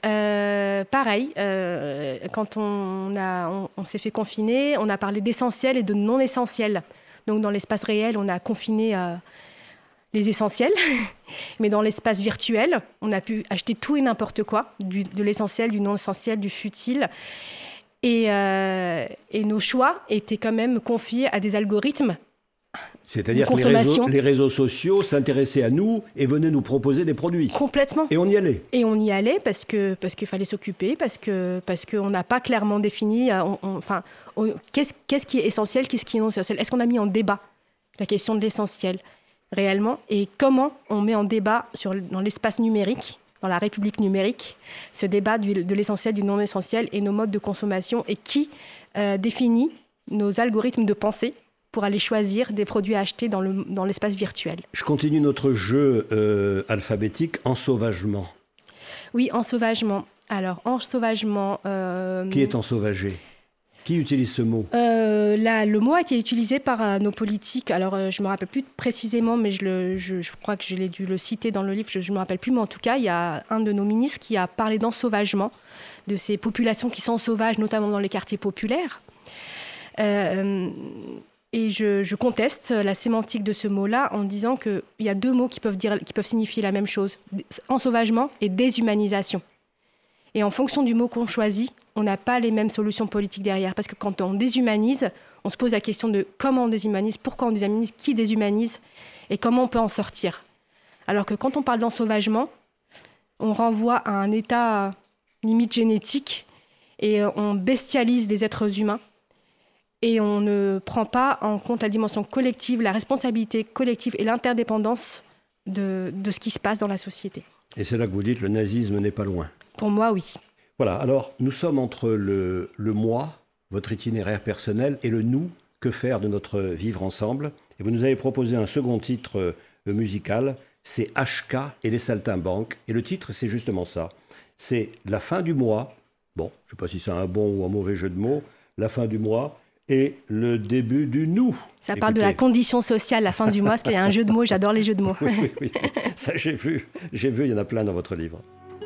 Euh, pareil, euh, quand on, a, on, on s'est fait confiner, on a parlé d'essentiel et de non essentiel. Donc dans l'espace réel, on a confiné euh, les essentiels, mais dans l'espace virtuel, on a pu acheter tout et n'importe quoi, du, de l'essentiel, du non essentiel, du futile. Et, euh, et nos choix étaient quand même confiés à des algorithmes. C'est-à-dire que les réseaux, les réseaux sociaux s'intéressaient à nous et venaient nous proposer des produits. Complètement. Et on y allait. Et on y allait parce que parce qu'il fallait s'occuper, parce que parce qu'on n'a pas clairement défini. On, on, enfin, on, qu'est-ce, qu'est-ce qui est essentiel, qu'est-ce qui est non essentiel. Est-ce qu'on a mis en débat la question de l'essentiel réellement, et comment on met en débat sur dans l'espace numérique, dans la République numérique, ce débat du, de l'essentiel, du non essentiel et nos modes de consommation, et qui euh, définit nos algorithmes de pensée pour aller choisir des produits à acheter dans, le, dans l'espace virtuel. Je continue notre jeu euh, alphabétique, ensauvagement. Oui, ensauvagement. Alors, ensauvagement... Euh, Qui est ensauvagé ? Qui utilise ce mot ? euh, là, Le mot a été utilisé par euh, nos politiques. Alors, euh, je ne me rappelle plus précisément, mais je, le, je, je crois que je l'ai dû le citer dans le livre, je ne me rappelle plus, mais en tout cas, il y a un de nos ministres qui a parlé d'ensauvagement, de ces populations qui sont sauvages, notamment dans les quartiers populaires. Euh, Et je, je conteste la sémantique de ce mot-là en disant qu'il y a deux mots qui peuvent, dire, qui peuvent signifier la même chose, ensauvagement et déshumanisation. Et en fonction du mot qu'on choisit, on n'a pas les mêmes solutions politiques derrière. Parce que quand on déshumanise, on se pose la question de comment on déshumanise, pourquoi on déshumanise, qui déshumanise et comment on peut en sortir. Alors que quand on parle d'ensauvagement, on renvoie à un état limite génétique et on bestialise des êtres humains. Et on ne prend pas en compte la dimension collective, la responsabilité collective et l'interdépendance de, de ce qui se passe dans la société. Et c'est là que vous dites le nazisme n'est pas loin. Pour moi, oui. Voilà, alors nous sommes entre le, le moi, votre itinéraire personnel, et le nous, que faire de notre vivre ensemble. Et vous nous avez proposé un second titre euh, musical, c'est H K et les saltimbanques. Et le titre, c'est justement ça. C'est la fin du mois, bon, je ne sais pas si c'est un bon ou un mauvais jeu de mots, la fin du mois, et le début du nous. Ça Écoutez. Parle de la condition sociale, la fin du mois, parce qu'il y a un jeu de mots, j'adore les jeux de mots. Oui, oui, oui. Ça j'ai vu, j'ai vu, il y en a plein dans votre livre.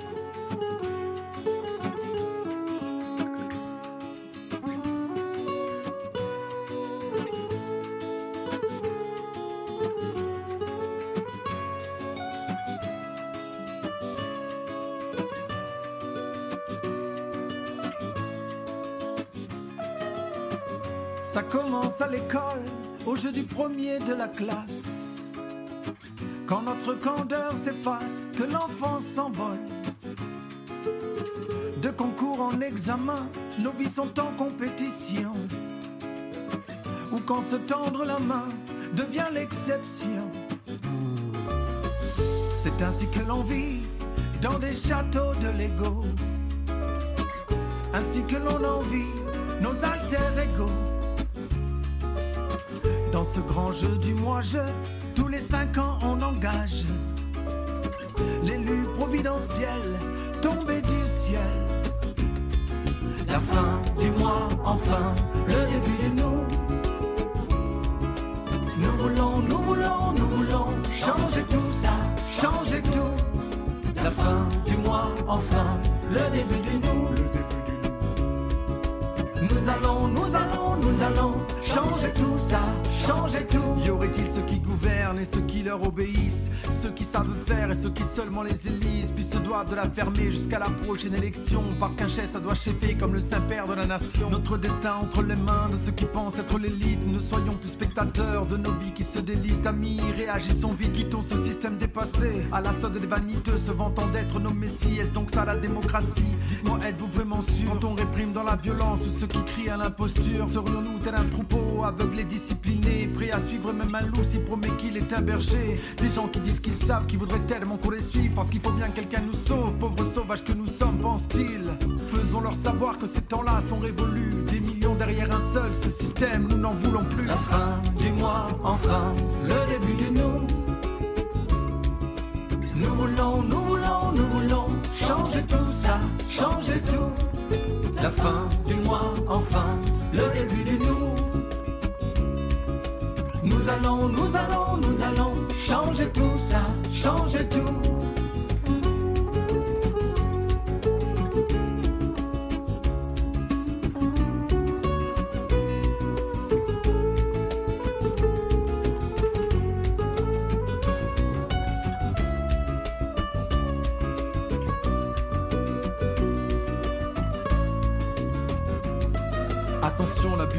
Ça commence à l'école, au jeu du premier de la classe. Quand notre candeur s'efface, que l'enfant s'envole. De concours en examen, nos vies sont en compétition. Ou quand se tendre la main devient l'exception. C'est ainsi que l'on vit dans des châteaux de Lego. Ainsi que l'on en vit nos alter-ego. Dans ce grand jeu du moi-je, tous les cinq ans on engage l'élu providentiel tombé du ciel. La fin du mois, enfin, le début du nous. Nous voulons, nous voulons, nous voulons changer tout ça, changer tout. La fin du mois, enfin, le début du nous. Nous allons, nous allons, nous allons changer tout ça, changer tout. Y aurait-il ceux qui gouvernent et ceux qui leur obéissent, ceux qui savent faire et ceux qui seulement les élisent, puis se doivent de la fermer jusqu'à la prochaine élection, parce qu'un chef ça doit chefer comme le Saint-Père de la nation. Notre destin entre les mains de ceux qui pensent être l'élite. Ne soyons plus spectateurs de nos vies qui se délitent. Amis, réagissons vite, quittons ce système dépassé, à la solde des vaniteux se vantant d'être nos messies. Est-ce donc ça la démocratie? Dites-moi, êtes-vous vraiment sûr? Quand on réprime dans la violence tous ceux qui crient à l'imposture, serions-nous tel un troupeau aveugle et discipliné, prêt à suivre même un loup s'il promet qu'il est un berger? Des gens qui disent qu'ils savent, qui voudraient tellement qu'on les suive, parce qu'il faut bien que quelqu'un nous sauve, pauvres sauvages que nous sommes, pensent-ils. Faisons-leur savoir que ces temps-là sont révolus, des millions derrière un seul, ce système nous n'en voulons plus. La fin du mois, enfin, le début du nous. Nous voulons, nous voulons, nous voulons changer tout ça, changer tout. La fin du mois, enfin, le début du nous. Nous allons, nous allons, nous allons changer tout ça, changer tout.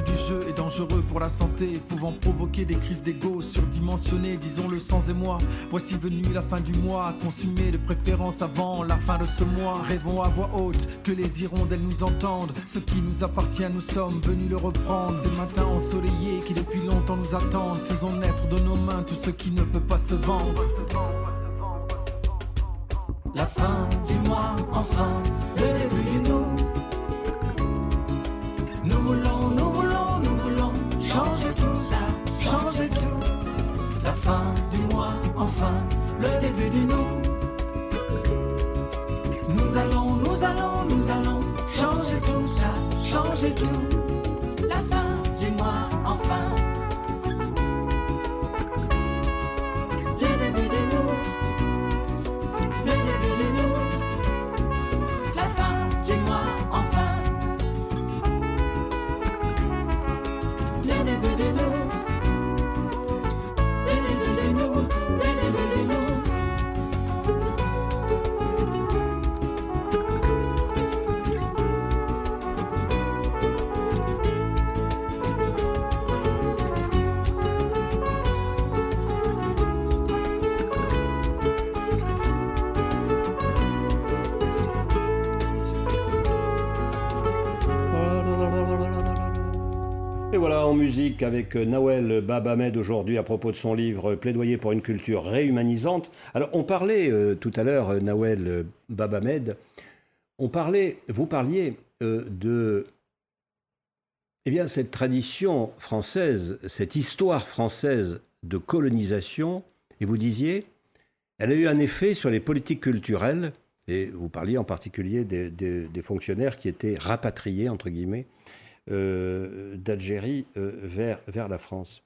du jeu est dangereux pour la santé, pouvant provoquer des crises d'ego surdimensionnées, disons-le sans émoi. Voici venue la fin du mois, consumée de préférence avant la fin de ce mois. Rêvons à voix haute que les hirondelles nous entendent. Ce qui nous appartient, nous sommes venus le reprendre. Ces matins ensoleillés qui depuis longtemps nous attendent. Faisons naître de nos mains tout ce qui ne peut pas se vendre. La fin du mois, enfin, le début du nous. Nous voulons, nous voulons, nous voulons changer tout ça, changer tout. La fin du mois, enfin, le début du nous. Nous allons, nous allons, nous allons changer tout ça, changer tout. La fin du mois, enfin. Le début de nous. Le début de nous. La fin du mois, enfin. Le début de nous. Le début de nous. Le début de nous. Et voilà, en musique avec Nawel Babamed aujourd'hui à propos de son livre Plaidoyer pour une culture réhumanisante. Alors, on parlait euh, tout à l'heure, Nawel Babamed, on parlait, vous parliez euh, de eh bien, cette tradition française, cette histoire française de colonisation, et vous disiez, elle a eu un effet sur les politiques culturelles, et vous parliez en particulier des, des, des fonctionnaires qui étaient rapatriés, entre guillemets, Euh, d'Algérie euh, vers, vers la France.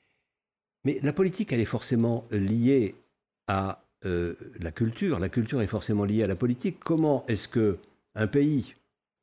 Mais la politique, elle est forcément liée à euh, la culture. La culture est forcément liée à la politique. Comment est-ce qu'un pays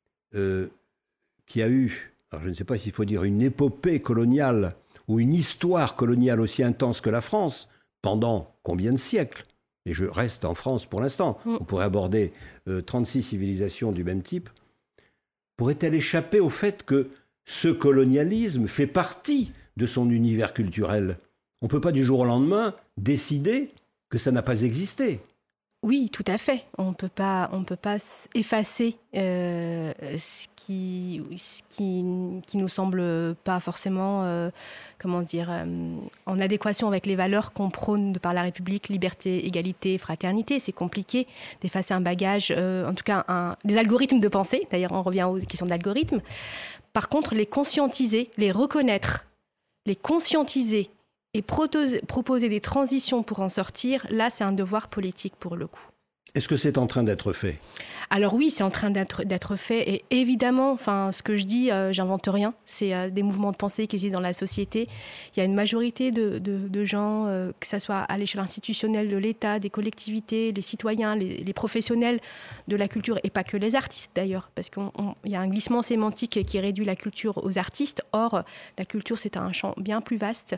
euh, qui a eu, alors je ne sais pas s'il faut dire une épopée coloniale ou une histoire coloniale aussi intense que la France, pendant combien de siècles ? Et je reste en France pour l'instant. Mm. On pourrait aborder euh, trente-six civilisations du même type. Pourrait-elle échapper au fait que ce colonialisme fait partie de son univers culturel ? On ne peut pas du jour au lendemain décider que ça n'a pas existé. Oui, tout à fait. On peut pas, on peut pas effacer euh, ce qui, ce qui, qui nous semble pas forcément, euh, comment dire, euh, en adéquation avec les valeurs qu'on prône de par la République, liberté, égalité, fraternité. C'est compliqué d'effacer un bagage, euh, en tout cas un, des algorithmes de pensée. D'ailleurs, on revient aux questions d'algorithmes. Par contre, les conscientiser, les reconnaître, les conscientiser, et proposer des transitions pour en sortir, là, c'est un devoir politique pour le coup. Est-ce que c'est en train d'être fait ? Alors oui, c'est en train d'être, d'être fait. Et évidemment, enfin, ce que je dis, euh, j'invente rien. C'est euh, des mouvements de pensée qui existent dans la société. Il y a une majorité de, de, de gens, euh, que ce soit à l'échelle institutionnelle de l'État, des collectivités, les citoyens, les, les professionnels de la culture, et pas que les artistes d'ailleurs, parce qu'il y a un glissement sémantique qui réduit la culture aux artistes. Or, la culture, c'est un champ bien plus vaste,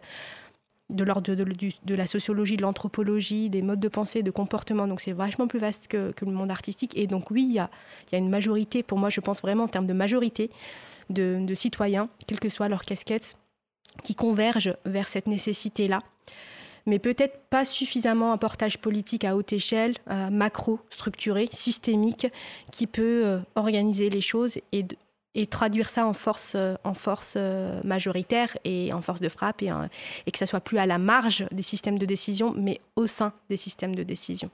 de l'ordre de, de, de, de la sociologie, de l'anthropologie, des modes de pensée, de comportement. Donc c'est vachement plus vaste que, que le monde artistique. Et donc oui, il y a, il y a une majorité, pour moi je pense vraiment en termes de majorité, de, de citoyens, quelle que soit leur casquette, qui convergent vers cette nécessité-là. Mais peut-être pas suffisamment un portage politique à haute échelle, euh, macro, structuré, systémique, qui peut euh, organiser les choses et de, et traduire ça en force, en force majoritaire et en force de frappe, et, et que ça soit plus à la marge des systèmes de décision, mais au sein des systèmes de décision.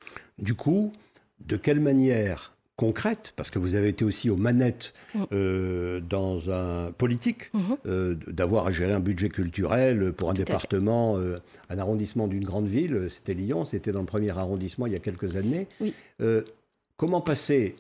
Du coup, de quelle manière concrète, parce que vous avez été aussi aux manettes mmh. euh, dans un politique, mmh. euh, d'avoir à gérer un budget culturel pour un Tout département, euh, un arrondissement d'une grande ville, c'était Lyon, c'était dans le premier arrondissement il y a quelques années. Oui. Euh, comment passer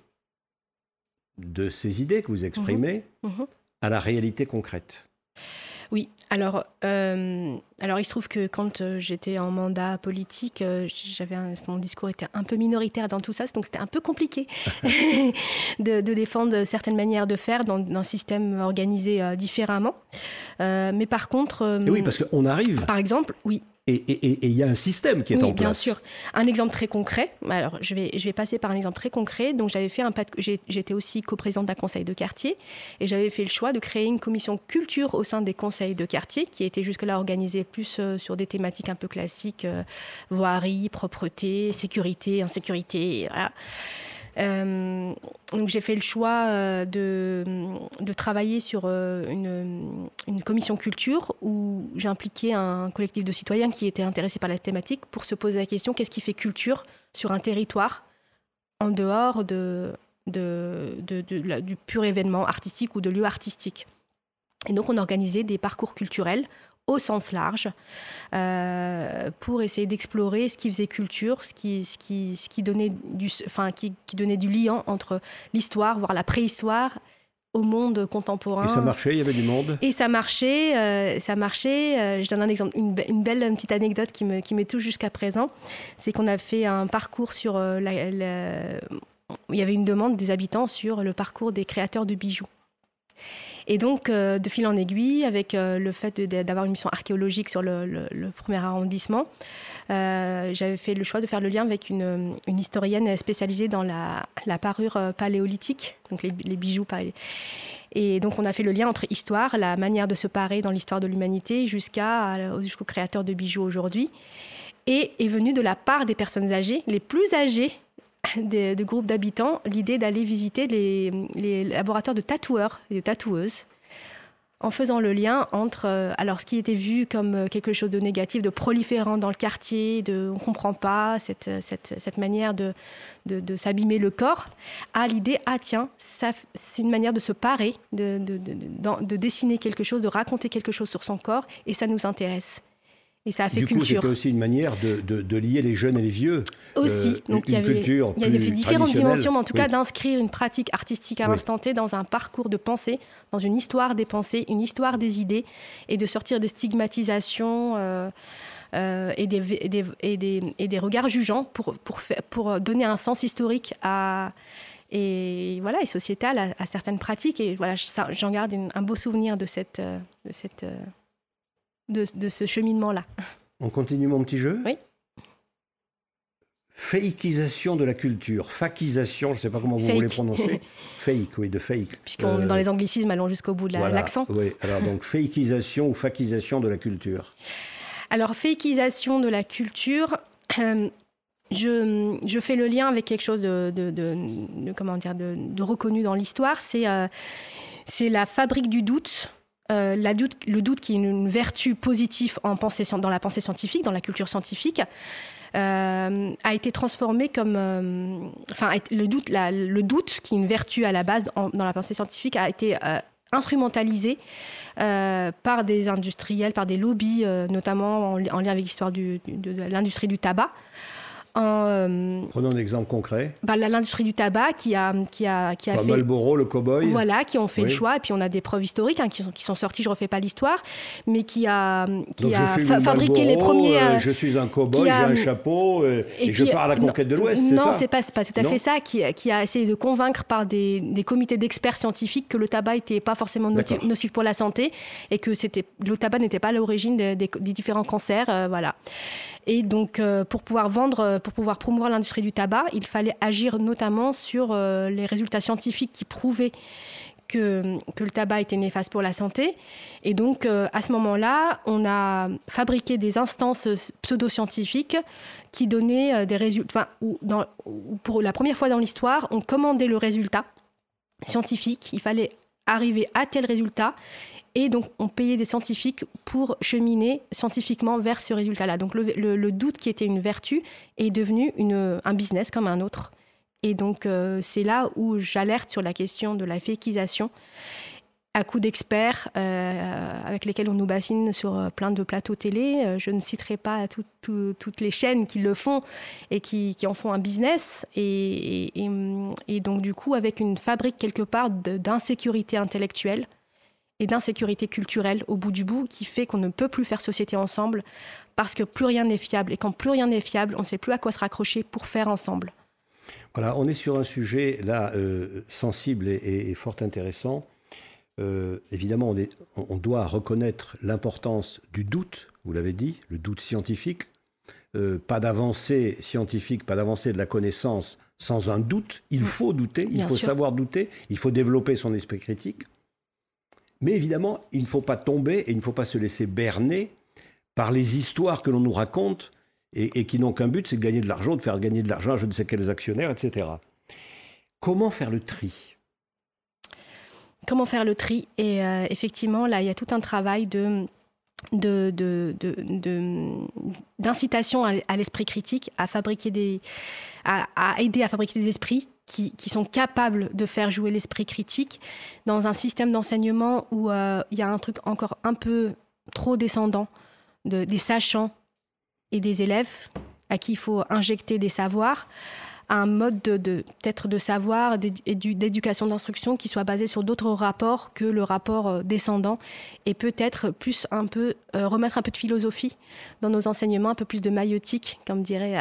de ces idées que vous exprimez mmh. Mmh. à la réalité concrète ? Oui, alors, euh, alors il se trouve que quand euh, j'étais en mandat politique, euh, j'avais un, mon discours était un peu minoritaire dans tout ça, donc c'était un peu compliqué de, de défendre certaines manières de faire dans, dans un système organisé euh, différemment. Euh, mais par contre... Euh, et oui, parce qu'on arrive. Par exemple, oui. Et il y a un système qui est oui, en place. Bien sûr. Un exemple très concret. Alors, je vais, je vais passer par un exemple très concret. Donc, j'avais fait un pas de, j'ai, j'étais aussi coprésidente d'un conseil de quartier et j'avais fait le choix de créer une commission culture au sein des conseils de quartier qui était jusque-là organisée plus euh, sur des thématiques un peu classiques, euh, voirie, propreté, sécurité, insécurité, voilà. Euh, donc j'ai fait le choix euh, de, de travailler sur euh, une, une commission culture où j'ai impliqué un collectif de citoyens qui étaient intéressés par la thématique pour se poser la question qu'est-ce qui fait culture sur un territoire en dehors de, de, de, de, de la, du pur événement artistique ou de lieu artistique. Et donc on organisait des parcours culturels au sens large, euh, pour essayer d'explorer ce qui faisait culture, ce qui, ce qui, ce qui, donnait, du, enfin, qui, qui donnait du lien entre l'histoire, voire la préhistoire, au monde contemporain. Et ça marchait, il y avait du monde. Et ça marchait, euh, ça marchait. Euh, je donne un exemple, une, be- une belle une petite anecdote qui me, qui m'est touche jusqu'à présent, c'est qu'on a fait un parcours sur... Euh, la, la, il y avait une demande des habitants sur le parcours des créateurs de bijoux. Et donc, euh, de fil en aiguille, avec euh, le fait de, de, d'avoir une mission archéologique sur le, le, le premier arrondissement, euh, j'avais fait le choix de faire le lien avec une, une historienne spécialisée dans la, la parure paléolithique, donc les, les bijoux paléolithiques. Et donc, on a fait le lien entre histoire, la manière de se parer dans l'histoire de l'humanité, jusqu'à, jusqu'aux créateurs de bijoux aujourd'hui. Et est venue de la part des personnes âgées, les plus âgées, de, de groupes d'habitants, l'idée d'aller visiter les, les laboratoires de tatoueurs et de tatoueuses en faisant le lien entre euh, alors ce qui était vu comme quelque chose de négatif, de proliférant dans le quartier, de, on ne comprend pas cette, cette, cette manière de, de, de s'abîmer le corps, à l'idée, ah tiens, ça, c'est une manière de se parer, de, de, de, de, de dessiner quelque chose, de raconter quelque chose sur son corps, et ça nous intéresse. Et ça a fait du culture. Du coup, c'était aussi une manière de, de, de lier les jeunes et les vieux. Aussi. Euh, Donc, une il y avait, culture il y avait fait différentes dimensions, mais en tout oui. cas d'inscrire une pratique artistique à oui. l'instant T dans un parcours de pensée, dans une histoire des pensées, une histoire des idées, et de sortir des stigmatisations euh, euh, et, des, et, des, et, des, et des regards jugeants pour, pour, faire, pour donner un sens historique à... Et voilà, et sociétal à, à certaines pratiques. Et voilà, ça, j'en garde une, un beau souvenir de, cette, de, cette, de, de ce cheminement-là. On continue mon petit jeu ? Oui. Fakeisation de la culture, fakisation, je ne sais pas comment vous fake. voulez prononcer. Fake, oui, de fake. Puisqu'on euh, est dans les anglicismes, allons jusqu'au bout de la, voilà, l'accent. Oui, alors donc fakeisation ou fakisation de la culture. Alors, fakeisation de la culture, euh, je, je fais le lien avec quelque chose de, de, de, de, comment dire, de, de reconnu dans l'histoire, c'est, euh, c'est la fabrique du doute. Euh, la doute, le doute qui est une vertu positive en pensée, dans la pensée scientifique, dans la culture scientifique, euh, a été transformé comme... Euh, enfin, le doute, la, le doute, qui est une vertu à la base en, dans la pensée scientifique, a été euh, instrumentalisé euh, par des industriels, par des lobbies, euh, notamment en, en lien avec l'histoire du, de, de l'industrie du tabac. En, euh, Prenons un exemple concret. Bah, l'industrie du tabac qui a, qui a, qui a bah, fait... Marlboro, le cow-boy. Voilà, qui ont fait oui. le choix. Et puis on a des preuves historiques hein, qui, sont, qui sont sorties, je ne refais pas l'histoire, mais qui a, qui Donc, a fa- fabriqué Marlboro, les premiers... Euh, je suis un cow-boy, a, j'ai un chapeau euh, et, et puis, je pars à la conquête non, de l'Ouest, c'est c'est non, ça ? Non, c'est pas, c'est pas tout à non fait ça, qui, qui a essayé de convaincre par des, des comités d'experts scientifiques que le tabac n'était pas forcément nocif, nocif pour la santé et que c'était, le tabac n'était pas à l'origine des, des, des différents cancers. Euh, voilà. Et donc, euh, pour pouvoir vendre, pour pouvoir promouvoir l'industrie du tabac, il fallait agir notamment sur euh, les résultats scientifiques qui prouvaient que, que le tabac était néfaste pour la santé. Et donc, euh, à ce moment-là, on a fabriqué des instances pseudo-scientifiques qui donnaient euh, des résultats... Enfin, où, dans, où pour la première fois dans l'histoire, on commandait le résultat scientifique. Il fallait arriver à tel résultat. Et donc, on payait des scientifiques pour cheminer scientifiquement vers ce résultat-là. Donc, le, le, le doute qui était une vertu est devenu une, un business comme un autre. Et donc, euh, c'est là où j'alerte sur la question de la fakeisation à coup d'experts euh, avec lesquels on nous bassine sur plein de plateaux télé. Euh, je ne citerai pas tout, tout, toutes les chaînes qui le font et qui, qui en font un business. Et, et, et, et donc, du coup, avec une fabrique quelque part de, d'insécurité intellectuelle et d'insécurité culturelle au bout du bout, qui fait qu'on ne peut plus faire société ensemble parce que plus rien n'est fiable. Et quand plus rien n'est fiable, on ne sait plus à quoi se raccrocher pour faire ensemble. Voilà, on est sur un sujet là euh, sensible et, et, et fort intéressant. Euh, évidemment, on, est, on doit reconnaître l'importance du doute, vous l'avez dit, le doute scientifique. Euh, pas d'avancée scientifique, pas d'avancée de la connaissance sans un doute. Il faut douter, il Bien faut sûr. savoir douter, il faut développer son esprit critique. Mais évidemment, il ne faut pas tomber et il ne faut pas se laisser berner par les histoires que l'on nous raconte et, et qui n'ont qu'un but, c'est de gagner de l'argent, de faire gagner de l'argent à je ne sais quels actionnaires, et cetera. Comment faire le tri ? Comment faire le tri ? Et euh, effectivement, là, il y a tout un travail de, de, de, de, de, d'incitation à, à l'esprit critique, à, fabriquer des, à, à aider à fabriquer des esprits qui, qui sont capables de faire jouer l'esprit critique dans un système d'enseignement où euh, il y a un truc encore un peu trop descendant de, des sachants et des élèves à qui il faut injecter des savoirs, un mode de, de, peut-être de savoir et d'éducation d'instruction qui soit basé sur d'autres rapports que le rapport descendant et peut-être plus un peu euh, remettre un peu de philosophie dans nos enseignements, un peu plus de maïeutique, comme dirait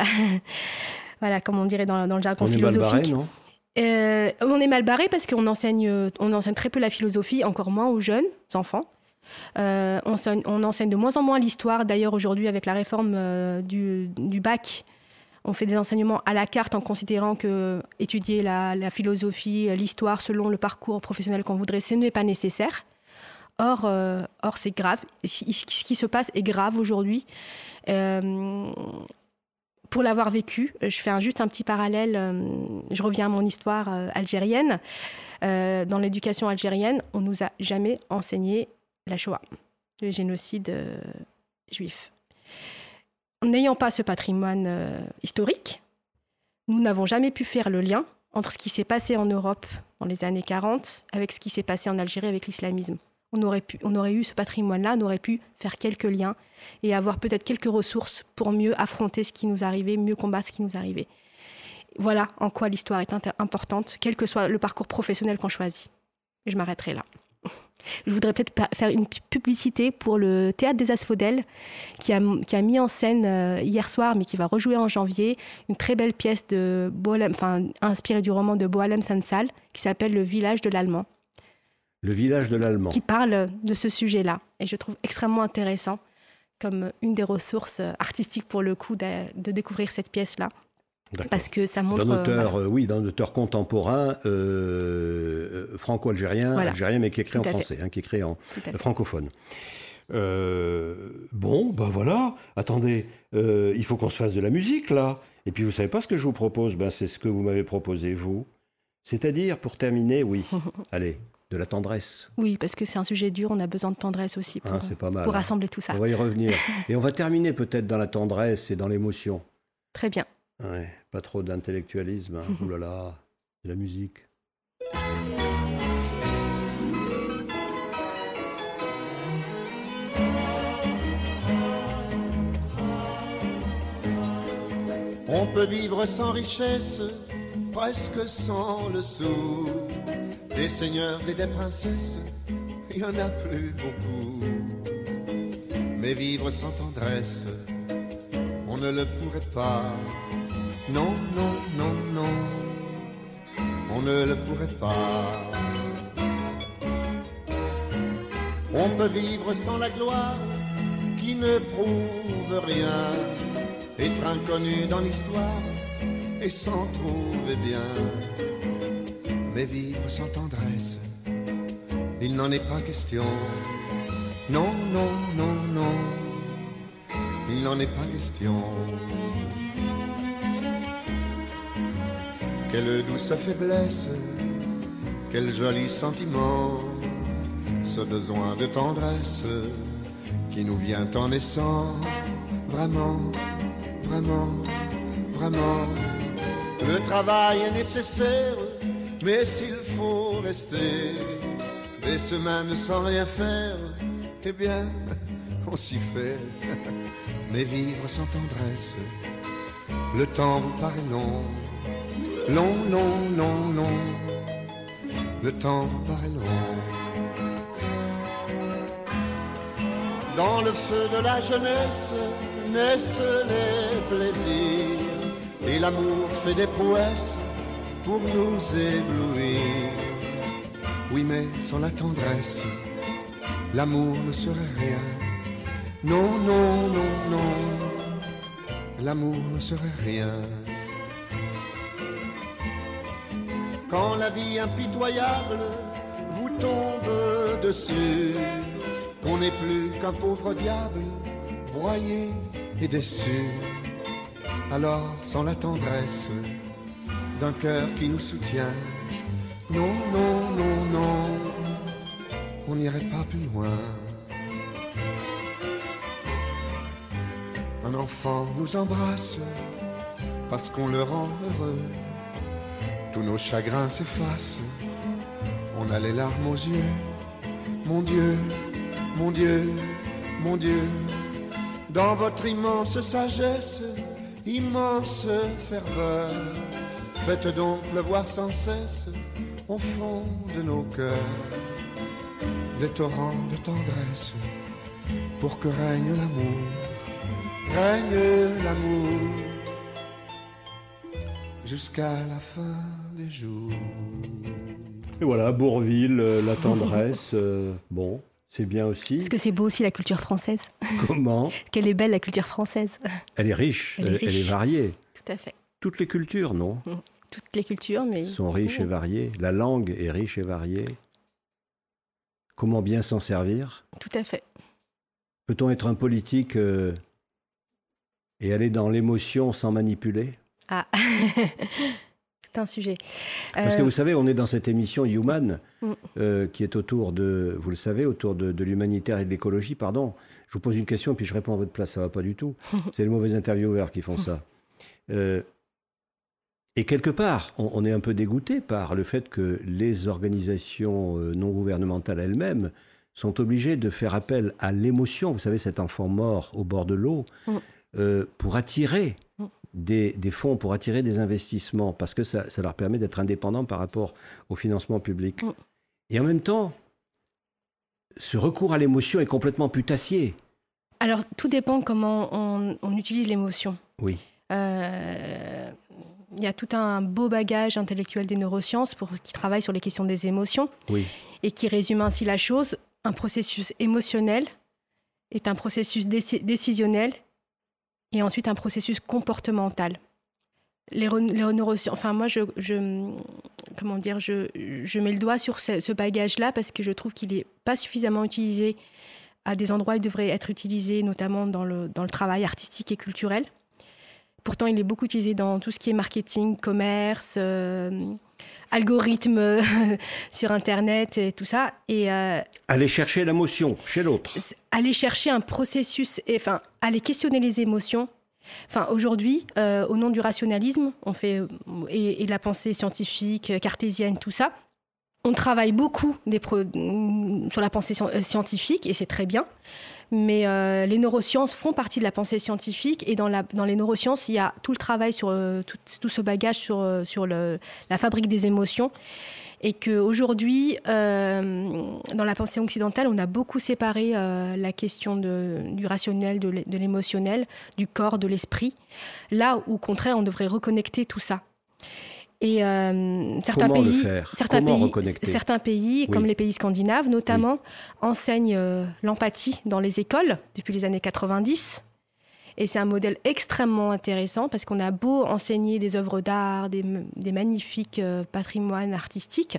voilà, comme on dirait dans, dans le jargon on philosophique. On est mal barré, non ? Euh, on est mal barré parce qu'on enseigne, on enseigne très peu la philosophie, encore moins aux jeunes enfants. Euh, on, enseigne, on enseigne de moins en moins l'histoire. D'ailleurs, aujourd'hui, avec la réforme euh, du, du bac, on fait des enseignements à la carte en considérant que étudier la, la philosophie, l'histoire selon le parcours professionnel qu'on voudrait, ce n'est pas nécessaire. Or, euh, or c'est grave. Ce qui se passe est grave aujourd'hui. Euh, pour l'avoir vécu, je fais un, juste un petit parallèle. Euh, je reviens à mon histoire euh, algérienne. Euh, dans l'éducation algérienne, on ne nous a jamais enseigné la Shoah, le génocide euh, juif. N'ayant pas ce patrimoine euh, historique, nous n'avons jamais pu faire le lien entre ce qui s'est passé en Europe dans les années quarante avec ce qui s'est passé en Algérie avec l'islamisme. On aurait, pu, on aurait eu ce patrimoine-là, on aurait pu faire quelques liens et avoir peut-être quelques ressources pour mieux affronter ce qui nous arrivait, mieux combattre ce qui nous arrivait. Voilà en quoi l'histoire est inter- importante, quel que soit le parcours professionnel qu'on choisit. Et je m'arrêterai là. Je voudrais peut-être faire une publicité pour le Théâtre des Asphodèles qui a, qui a mis en scène euh, hier soir, mais qui va rejouer en janvier, une très belle pièce de Boalem, enfin, inspirée du roman de Boalem Sansal qui s'appelle Le village de l'Allemand. Le village de l'Allemand. Qui parle de ce sujet-là. Et je trouve extrêmement intéressant comme une des ressources artistiques pour le coup de, de découvrir cette pièce-là. D'accord. Parce que ça montre... D'un auteur, euh, voilà. euh, oui, d'un auteur contemporain, euh, franco-algérien, Voilà. algérien, mais qui écrit Tout en à français, hein, qui écrit en Tout à fait. francophone. Euh, bon, ben voilà, attendez, euh, il faut qu'on se fasse de la musique, là. Et puis, vous savez pas ce que je vous propose ? Ben, c'est ce que vous m'avez proposé, vous. C'est-à-dire, pour terminer, oui, allez, de la tendresse. Oui, parce que c'est un sujet dur, on a besoin de tendresse aussi pour, Hein, c'est pas mal, pour hein. rassembler tout ça. On va y revenir. Et on va terminer peut-être dans la tendresse et dans l'émotion. Très bien. Ouais, pas trop d'intellectualisme. Hein. Ouh là là, de la musique. On peut vivre sans richesse, presque sans le sou. Des seigneurs et des princesses, il n'y en a plus beaucoup. Mais vivre sans tendresse, on ne le pourrait pas. Non, non, non, non, on ne le pourrait pas. On peut vivre sans la gloire qui ne prouve rien, être inconnu dans l'histoire et s'en trouver bien. Mais vivre sans tendresse, il n'en est pas question. Non, non, non, non, il n'en est pas question. Quelle douce faiblesse, quel joli sentiment, ce besoin de tendresse qui nous vient en naissant. Vraiment, vraiment, vraiment, le travail est nécessaire, mais s'il faut rester des semaines sans rien faire, eh bien, on s'y fait. Mais vivre sans tendresse, le temps vous paraît long. Long, long, long, long, le temps vous paraît long. Dans le feu de la jeunesse naissent les plaisirs, et l'amour fait des prouesses pour nous éblouir. Oui, mais sans la tendresse, l'amour ne serait rien. Non, non, non, non, l'amour ne serait rien. Quand la vie impitoyable vous tombe dessus, on n'est plus qu'un pauvre diable, broyé et déçu. Alors, sans la tendresse d'un cœur qui nous soutient, non, non, non, non, on n'irait pas plus loin. Un enfant nous embrasse parce qu'on le rend heureux. Tous nos chagrins s'effacent, on a les larmes aux yeux. Mon Dieu, mon Dieu, mon Dieu, dans votre immense sagesse, immense ferveur, faites donc pleuvoir sans cesse au fond de nos cœurs des torrents de tendresse pour que règne l'amour, règne l'amour jusqu'à la fin des jours. Et voilà, Bourvil, euh, la tendresse, euh, bon, c'est bien aussi. Parce que c'est beau aussi la culture française. Comment ? Qu'elle est belle la culture française. Elle est riche, Elle est elle, riche. elle est variée. Tout à fait. Toutes les cultures, non ? Toutes les cultures, mais... sont riches et variées. La langue est riche et variée. Comment bien s'en servir ? Tout à fait. Peut-on être un politique euh, et aller dans l'émotion sans manipuler ? Ah, c'est un sujet. Parce que Euh, vous savez, on est dans cette émission Human, Mm. euh, qui est autour de, vous le savez, autour de, de l'humanitaire et de l'écologie. Pardon, je vous pose une question puis je réponds à votre place, ça ne va pas du tout. C'est les mauvais intervieweurs qui font ça. Euh, et quelque part, on, on est un peu dégoûté par le fait que les organisations euh, non gouvernementales elles-mêmes sont obligées de faire appel à l'émotion, vous savez, cet enfant mort au bord de l'eau, Mm. euh, pour attirer Mm. des, des fonds, pour attirer des investissements, parce que ça, ça leur permet d'être indépendants par rapport au financement public. Mm. Et en même temps, ce recours à l'émotion est complètement putassier. Alors, tout dépend comment on, on utilise l'émotion. Oui. Euh, Il y a tout un beau bagage intellectuel des neurosciences pour, qui travaille sur les questions des émotions Oui. et qui résume ainsi la chose. Un processus émotionnel est un processus déci- décisionnel et ensuite un processus comportemental. Les, re- les neurosciences, enfin moi, je, je, comment dire, je, je mets le doigt sur ce, ce bagage-là parce que je trouve qu'il n'est pas suffisamment utilisé à des endroits où il devrait être utilisé, notamment dans le, dans le travail artistique et culturel. Pourtant, il est beaucoup utilisé dans tout ce qui est marketing, commerce, euh, algorithmes sur Internet et tout ça. Et euh, Aller chercher l'émotion chez l'autre. aller chercher un processus, et, enfin, aller questionner les émotions. Enfin, aujourd'hui, euh, au nom du rationalisme, on fait, et, et la pensée scientifique, cartésienne, tout ça, on travaille beaucoup des pro, sur la pensée scientifique, et c'est très bien. Mais euh, les neurosciences font partie de la pensée scientifique et dans, la, dans les neurosciences, il y a tout le travail sur euh, tout, tout ce bagage sur, euh, sur le, la fabrique des émotions. Et qu'aujourd'hui, euh, dans la pensée occidentale, on a beaucoup séparé euh, la question de, du rationnel, de, de l'émotionnel, du corps, de l'esprit. Là où, au contraire, on devrait reconnecter tout ça. Et euh, certains Comment pays, le faire ? certains Comment pays, reconnecter ? certains pays, Oui. comme les pays scandinaves notamment, oui. enseignent euh, l'empathie dans les écoles depuis les années quatre-vingt-dix. Et c'est un modèle extrêmement intéressant parce qu'on a beau enseigner des œuvres d'art, des, des magnifiques euh, patrimoines artistiques,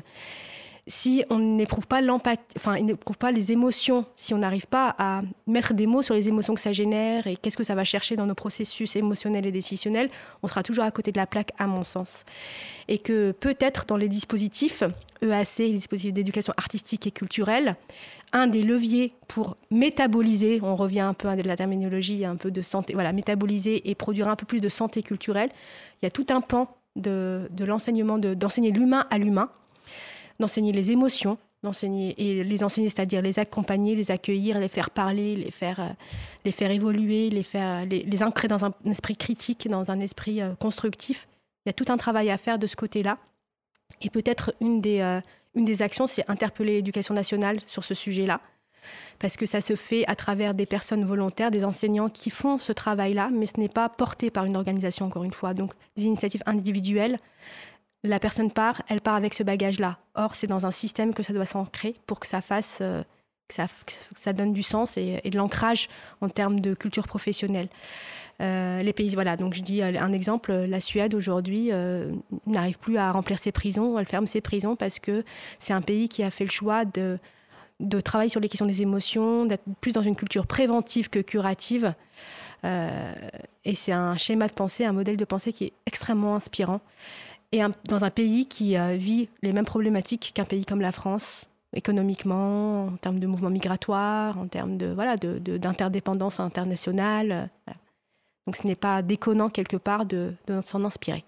si on n'éprouve pas l'empathie, enfin, on n'éprouve pas les émotions, si on n'arrive pas à mettre des mots sur les émotions que ça génère et qu'est-ce que ça va chercher dans nos processus émotionnels et décisionnels, on sera toujours à côté de la plaque, à mon sens. Et que peut-être dans les dispositifs E A C, les dispositifs d'éducation artistique et culturelle, un des leviers pour métaboliser, on revient un peu à de la terminologie, un peu de santé, voilà, métaboliser et produire un peu plus de santé culturelle, il y a tout un pan de, de l'enseignement, de, d'enseigner l'humain à l'humain, d'enseigner les émotions, d'enseigner et les enseigner, c'est-à-dire les accompagner, les accueillir, les faire parler, les faire, euh, les faire évoluer, les, faire, les, les ancrer dans un esprit critique, dans un esprit euh, constructif. Il y a tout un travail à faire de ce côté-là. Et peut-être une des, euh, une des actions, c'est interpeller l'éducation nationale sur ce sujet-là, parce que ça se fait à travers des personnes volontaires, des enseignants qui font ce travail-là, mais ce n'est pas porté par une organisation, encore une fois. Donc, des initiatives individuelles, la personne part, elle part avec ce bagage-là. Or, c'est dans un système que ça doit s'ancrer pour que ça fasse, euh, que, ça, que ça donne du sens et, et de l'ancrage en termes de culture professionnelle. Euh, les pays, voilà, donc je dis un exemple, la Suède aujourd'hui euh, n'arrive plus à remplir ses prisons, elle ferme ses prisons parce que c'est un pays qui a fait le choix de, de travailler sur les questions des émotions, d'être plus dans une culture préventive que curative. Euh, et c'est un schéma de pensée, un modèle de pensée qui est extrêmement inspirant. Et un, dans un pays qui euh, vit les mêmes problématiques qu'un pays comme la France, économiquement, en termes de mouvements migratoires, en termes de, voilà, de, de, d'interdépendance internationale. Euh, voilà. Donc ce n'est pas déconnant quelque part de, de s'en inspirer.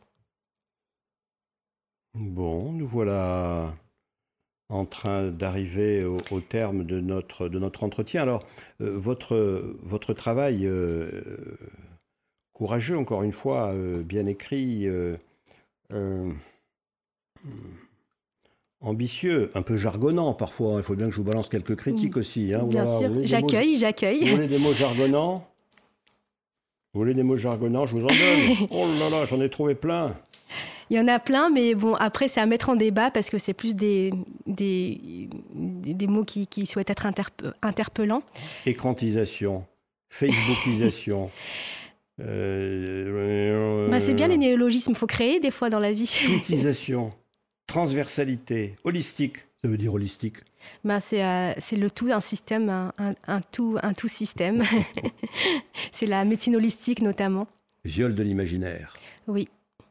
Bon, nous voilà en train d'arriver au, au terme de notre, de notre entretien. Alors, euh, votre, votre travail euh, courageux, encore une fois, euh, bien écrit, euh, euh, ambitieux, un peu jargonnant parfois. Il faut bien que je vous balance quelques critiques aussi. Hein. Bien voilà, sûr, j'accueille, mots, j'accueille. Vous voulez des mots jargonnants ? Vous voulez des mots jargonnants ? Je vous en donne. Oh là là, j'en ai trouvé plein. Il y en a plein, mais bon, après, c'est à mettre en débat parce que c'est plus des, des, des, des mots qui, qui souhaitent être interpe- interpellants. Écrantisation, Facebookisation. euh, bah, c'est bien les néologismes, il faut créer des fois dans la vie. Politisation, transversalité, holistique. Ça veut dire holistique. Ben c'est, euh, c'est le tout, un système, un, un, un, tout, un tout système. C'est la médecine holistique notamment. Viol de l'imaginaire. Oui.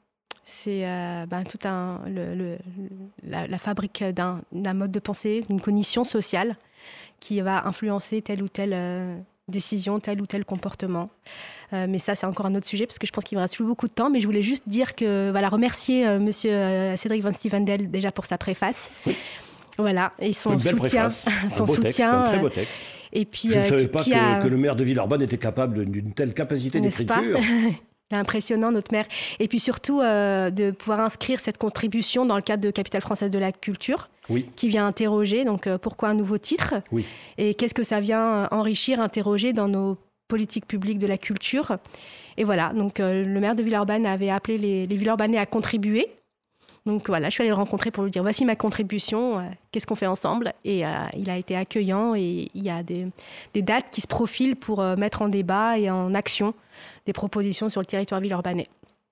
C'est euh, ben, tout un, le, le, la, la fabrique d'un, d'un mode de pensée, d'une cognition sociale qui va influencer telle ou telle euh, décision, tel ou tel comportement. Euh, mais ça, c'est encore un autre sujet parce que je pense qu'il ne me reste plus beaucoup de temps. Mais je voulais juste dire que, voilà, remercier euh, monsieur euh, Cédric Van Stevendel déjà pour sa préface. Oui. Voilà, et son soutien. Son un beau soutien. Texte, un très beau texte. Et puis, je ne euh, savais qui, pas qui que, a... que le maire de Villeurbanne était capable d'une telle capacité N'est-ce d'écriture. C'est impressionnant, notre maire. Et puis surtout, euh, de pouvoir inscrire cette contribution dans le cadre de Capitale française de la culture, oui. qui vient interroger, donc euh, pourquoi un nouveau titre oui. Et qu'est-ce que ça vient enrichir, interroger dans nos politiques publiques de la culture. Et voilà, donc euh, le maire de Villeurbanne avait appelé les, les Villeurbanais à contribuer. Donc voilà, je suis allée le rencontrer pour lui dire, voici ma contribution, euh, qu'est-ce qu'on fait ensemble ? Et euh, il a été accueillant et il y a des, des dates qui se profilent pour euh, mettre en débat et en action des propositions sur le territoire villeurbanais.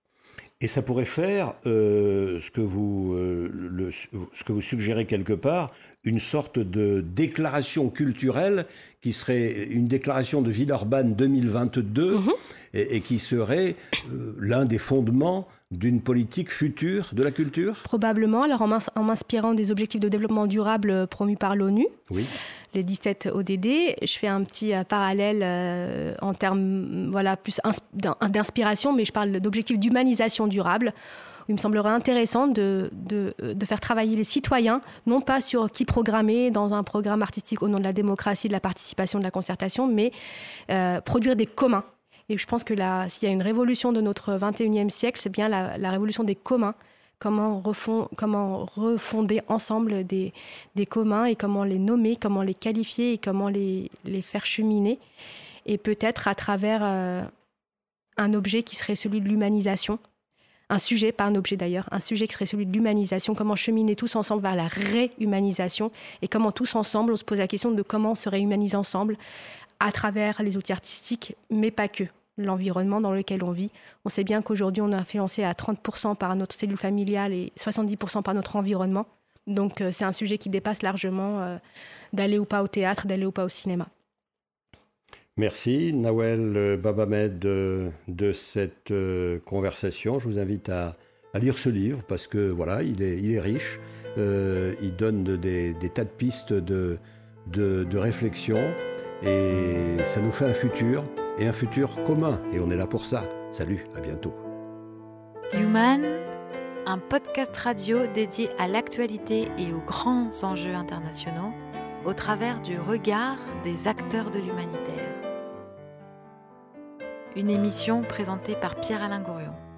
Et ça pourrait faire euh, ce, que vous, euh, le, ce que vous suggérez quelque part, une sorte de déclaration culturelle qui serait une déclaration de Villeurbanne deux mille vingt-deux mmh. et, et qui serait euh, l'un des fondements d'une politique future de la culture ? Probablement, alors en, en m'inspirant des objectifs de développement durable promus par l'ONU, oui. les dix-sept O D D, je fais un petit euh, parallèle euh, en termes voilà, plus ins- d'inspiration, mais je parle d'objectifs d'humanisation durable. Il me semblerait intéressant de, de, de faire travailler les citoyens, non pas sur qui programmer dans un programme artistique au nom de la démocratie, de la participation, de la concertation, mais euh, produire des communs. Et je pense que là, s'il y a une révolution de notre vingt et unième siècle, c'est bien la, la révolution des communs. Comment, refond, comment refonder ensemble des, des communs et comment les nommer, comment les qualifier et comment les, les faire cheminer. Et peut-être à travers euh, un objet qui serait celui de l'humanisation. Un sujet, pas un objet d'ailleurs, un sujet qui serait celui de l'humanisation. Comment cheminer tous ensemble vers la réhumanisation et comment tous ensemble, on se pose la question de comment se réhumaniser ensemble à travers les outils artistiques, mais pas que. L'environnement dans lequel on vit. On sait bien qu'aujourd'hui, on est influencé à trente pour cent par notre cellule familiale et soixante-dix pour cent par notre environnement. Donc, euh, c'est un sujet qui dépasse largement euh, d'aller ou pas au théâtre, d'aller ou pas au cinéma. Merci, Nawel Babamed, de, de cette euh, conversation. Je vous invite à, à lire ce livre parce que, voilà, il est, il est riche. Euh, il donne des, des tas de pistes de, de, de réflexion et ça nous fait un futur. Et un futur commun. Et on est là pour ça. Salut, à bientôt. Human, un podcast radio dédié à l'actualité et aux grands enjeux internationaux au travers du regard des acteurs de l'humanitaire. Une émission présentée par Pierre-Alain Gourion.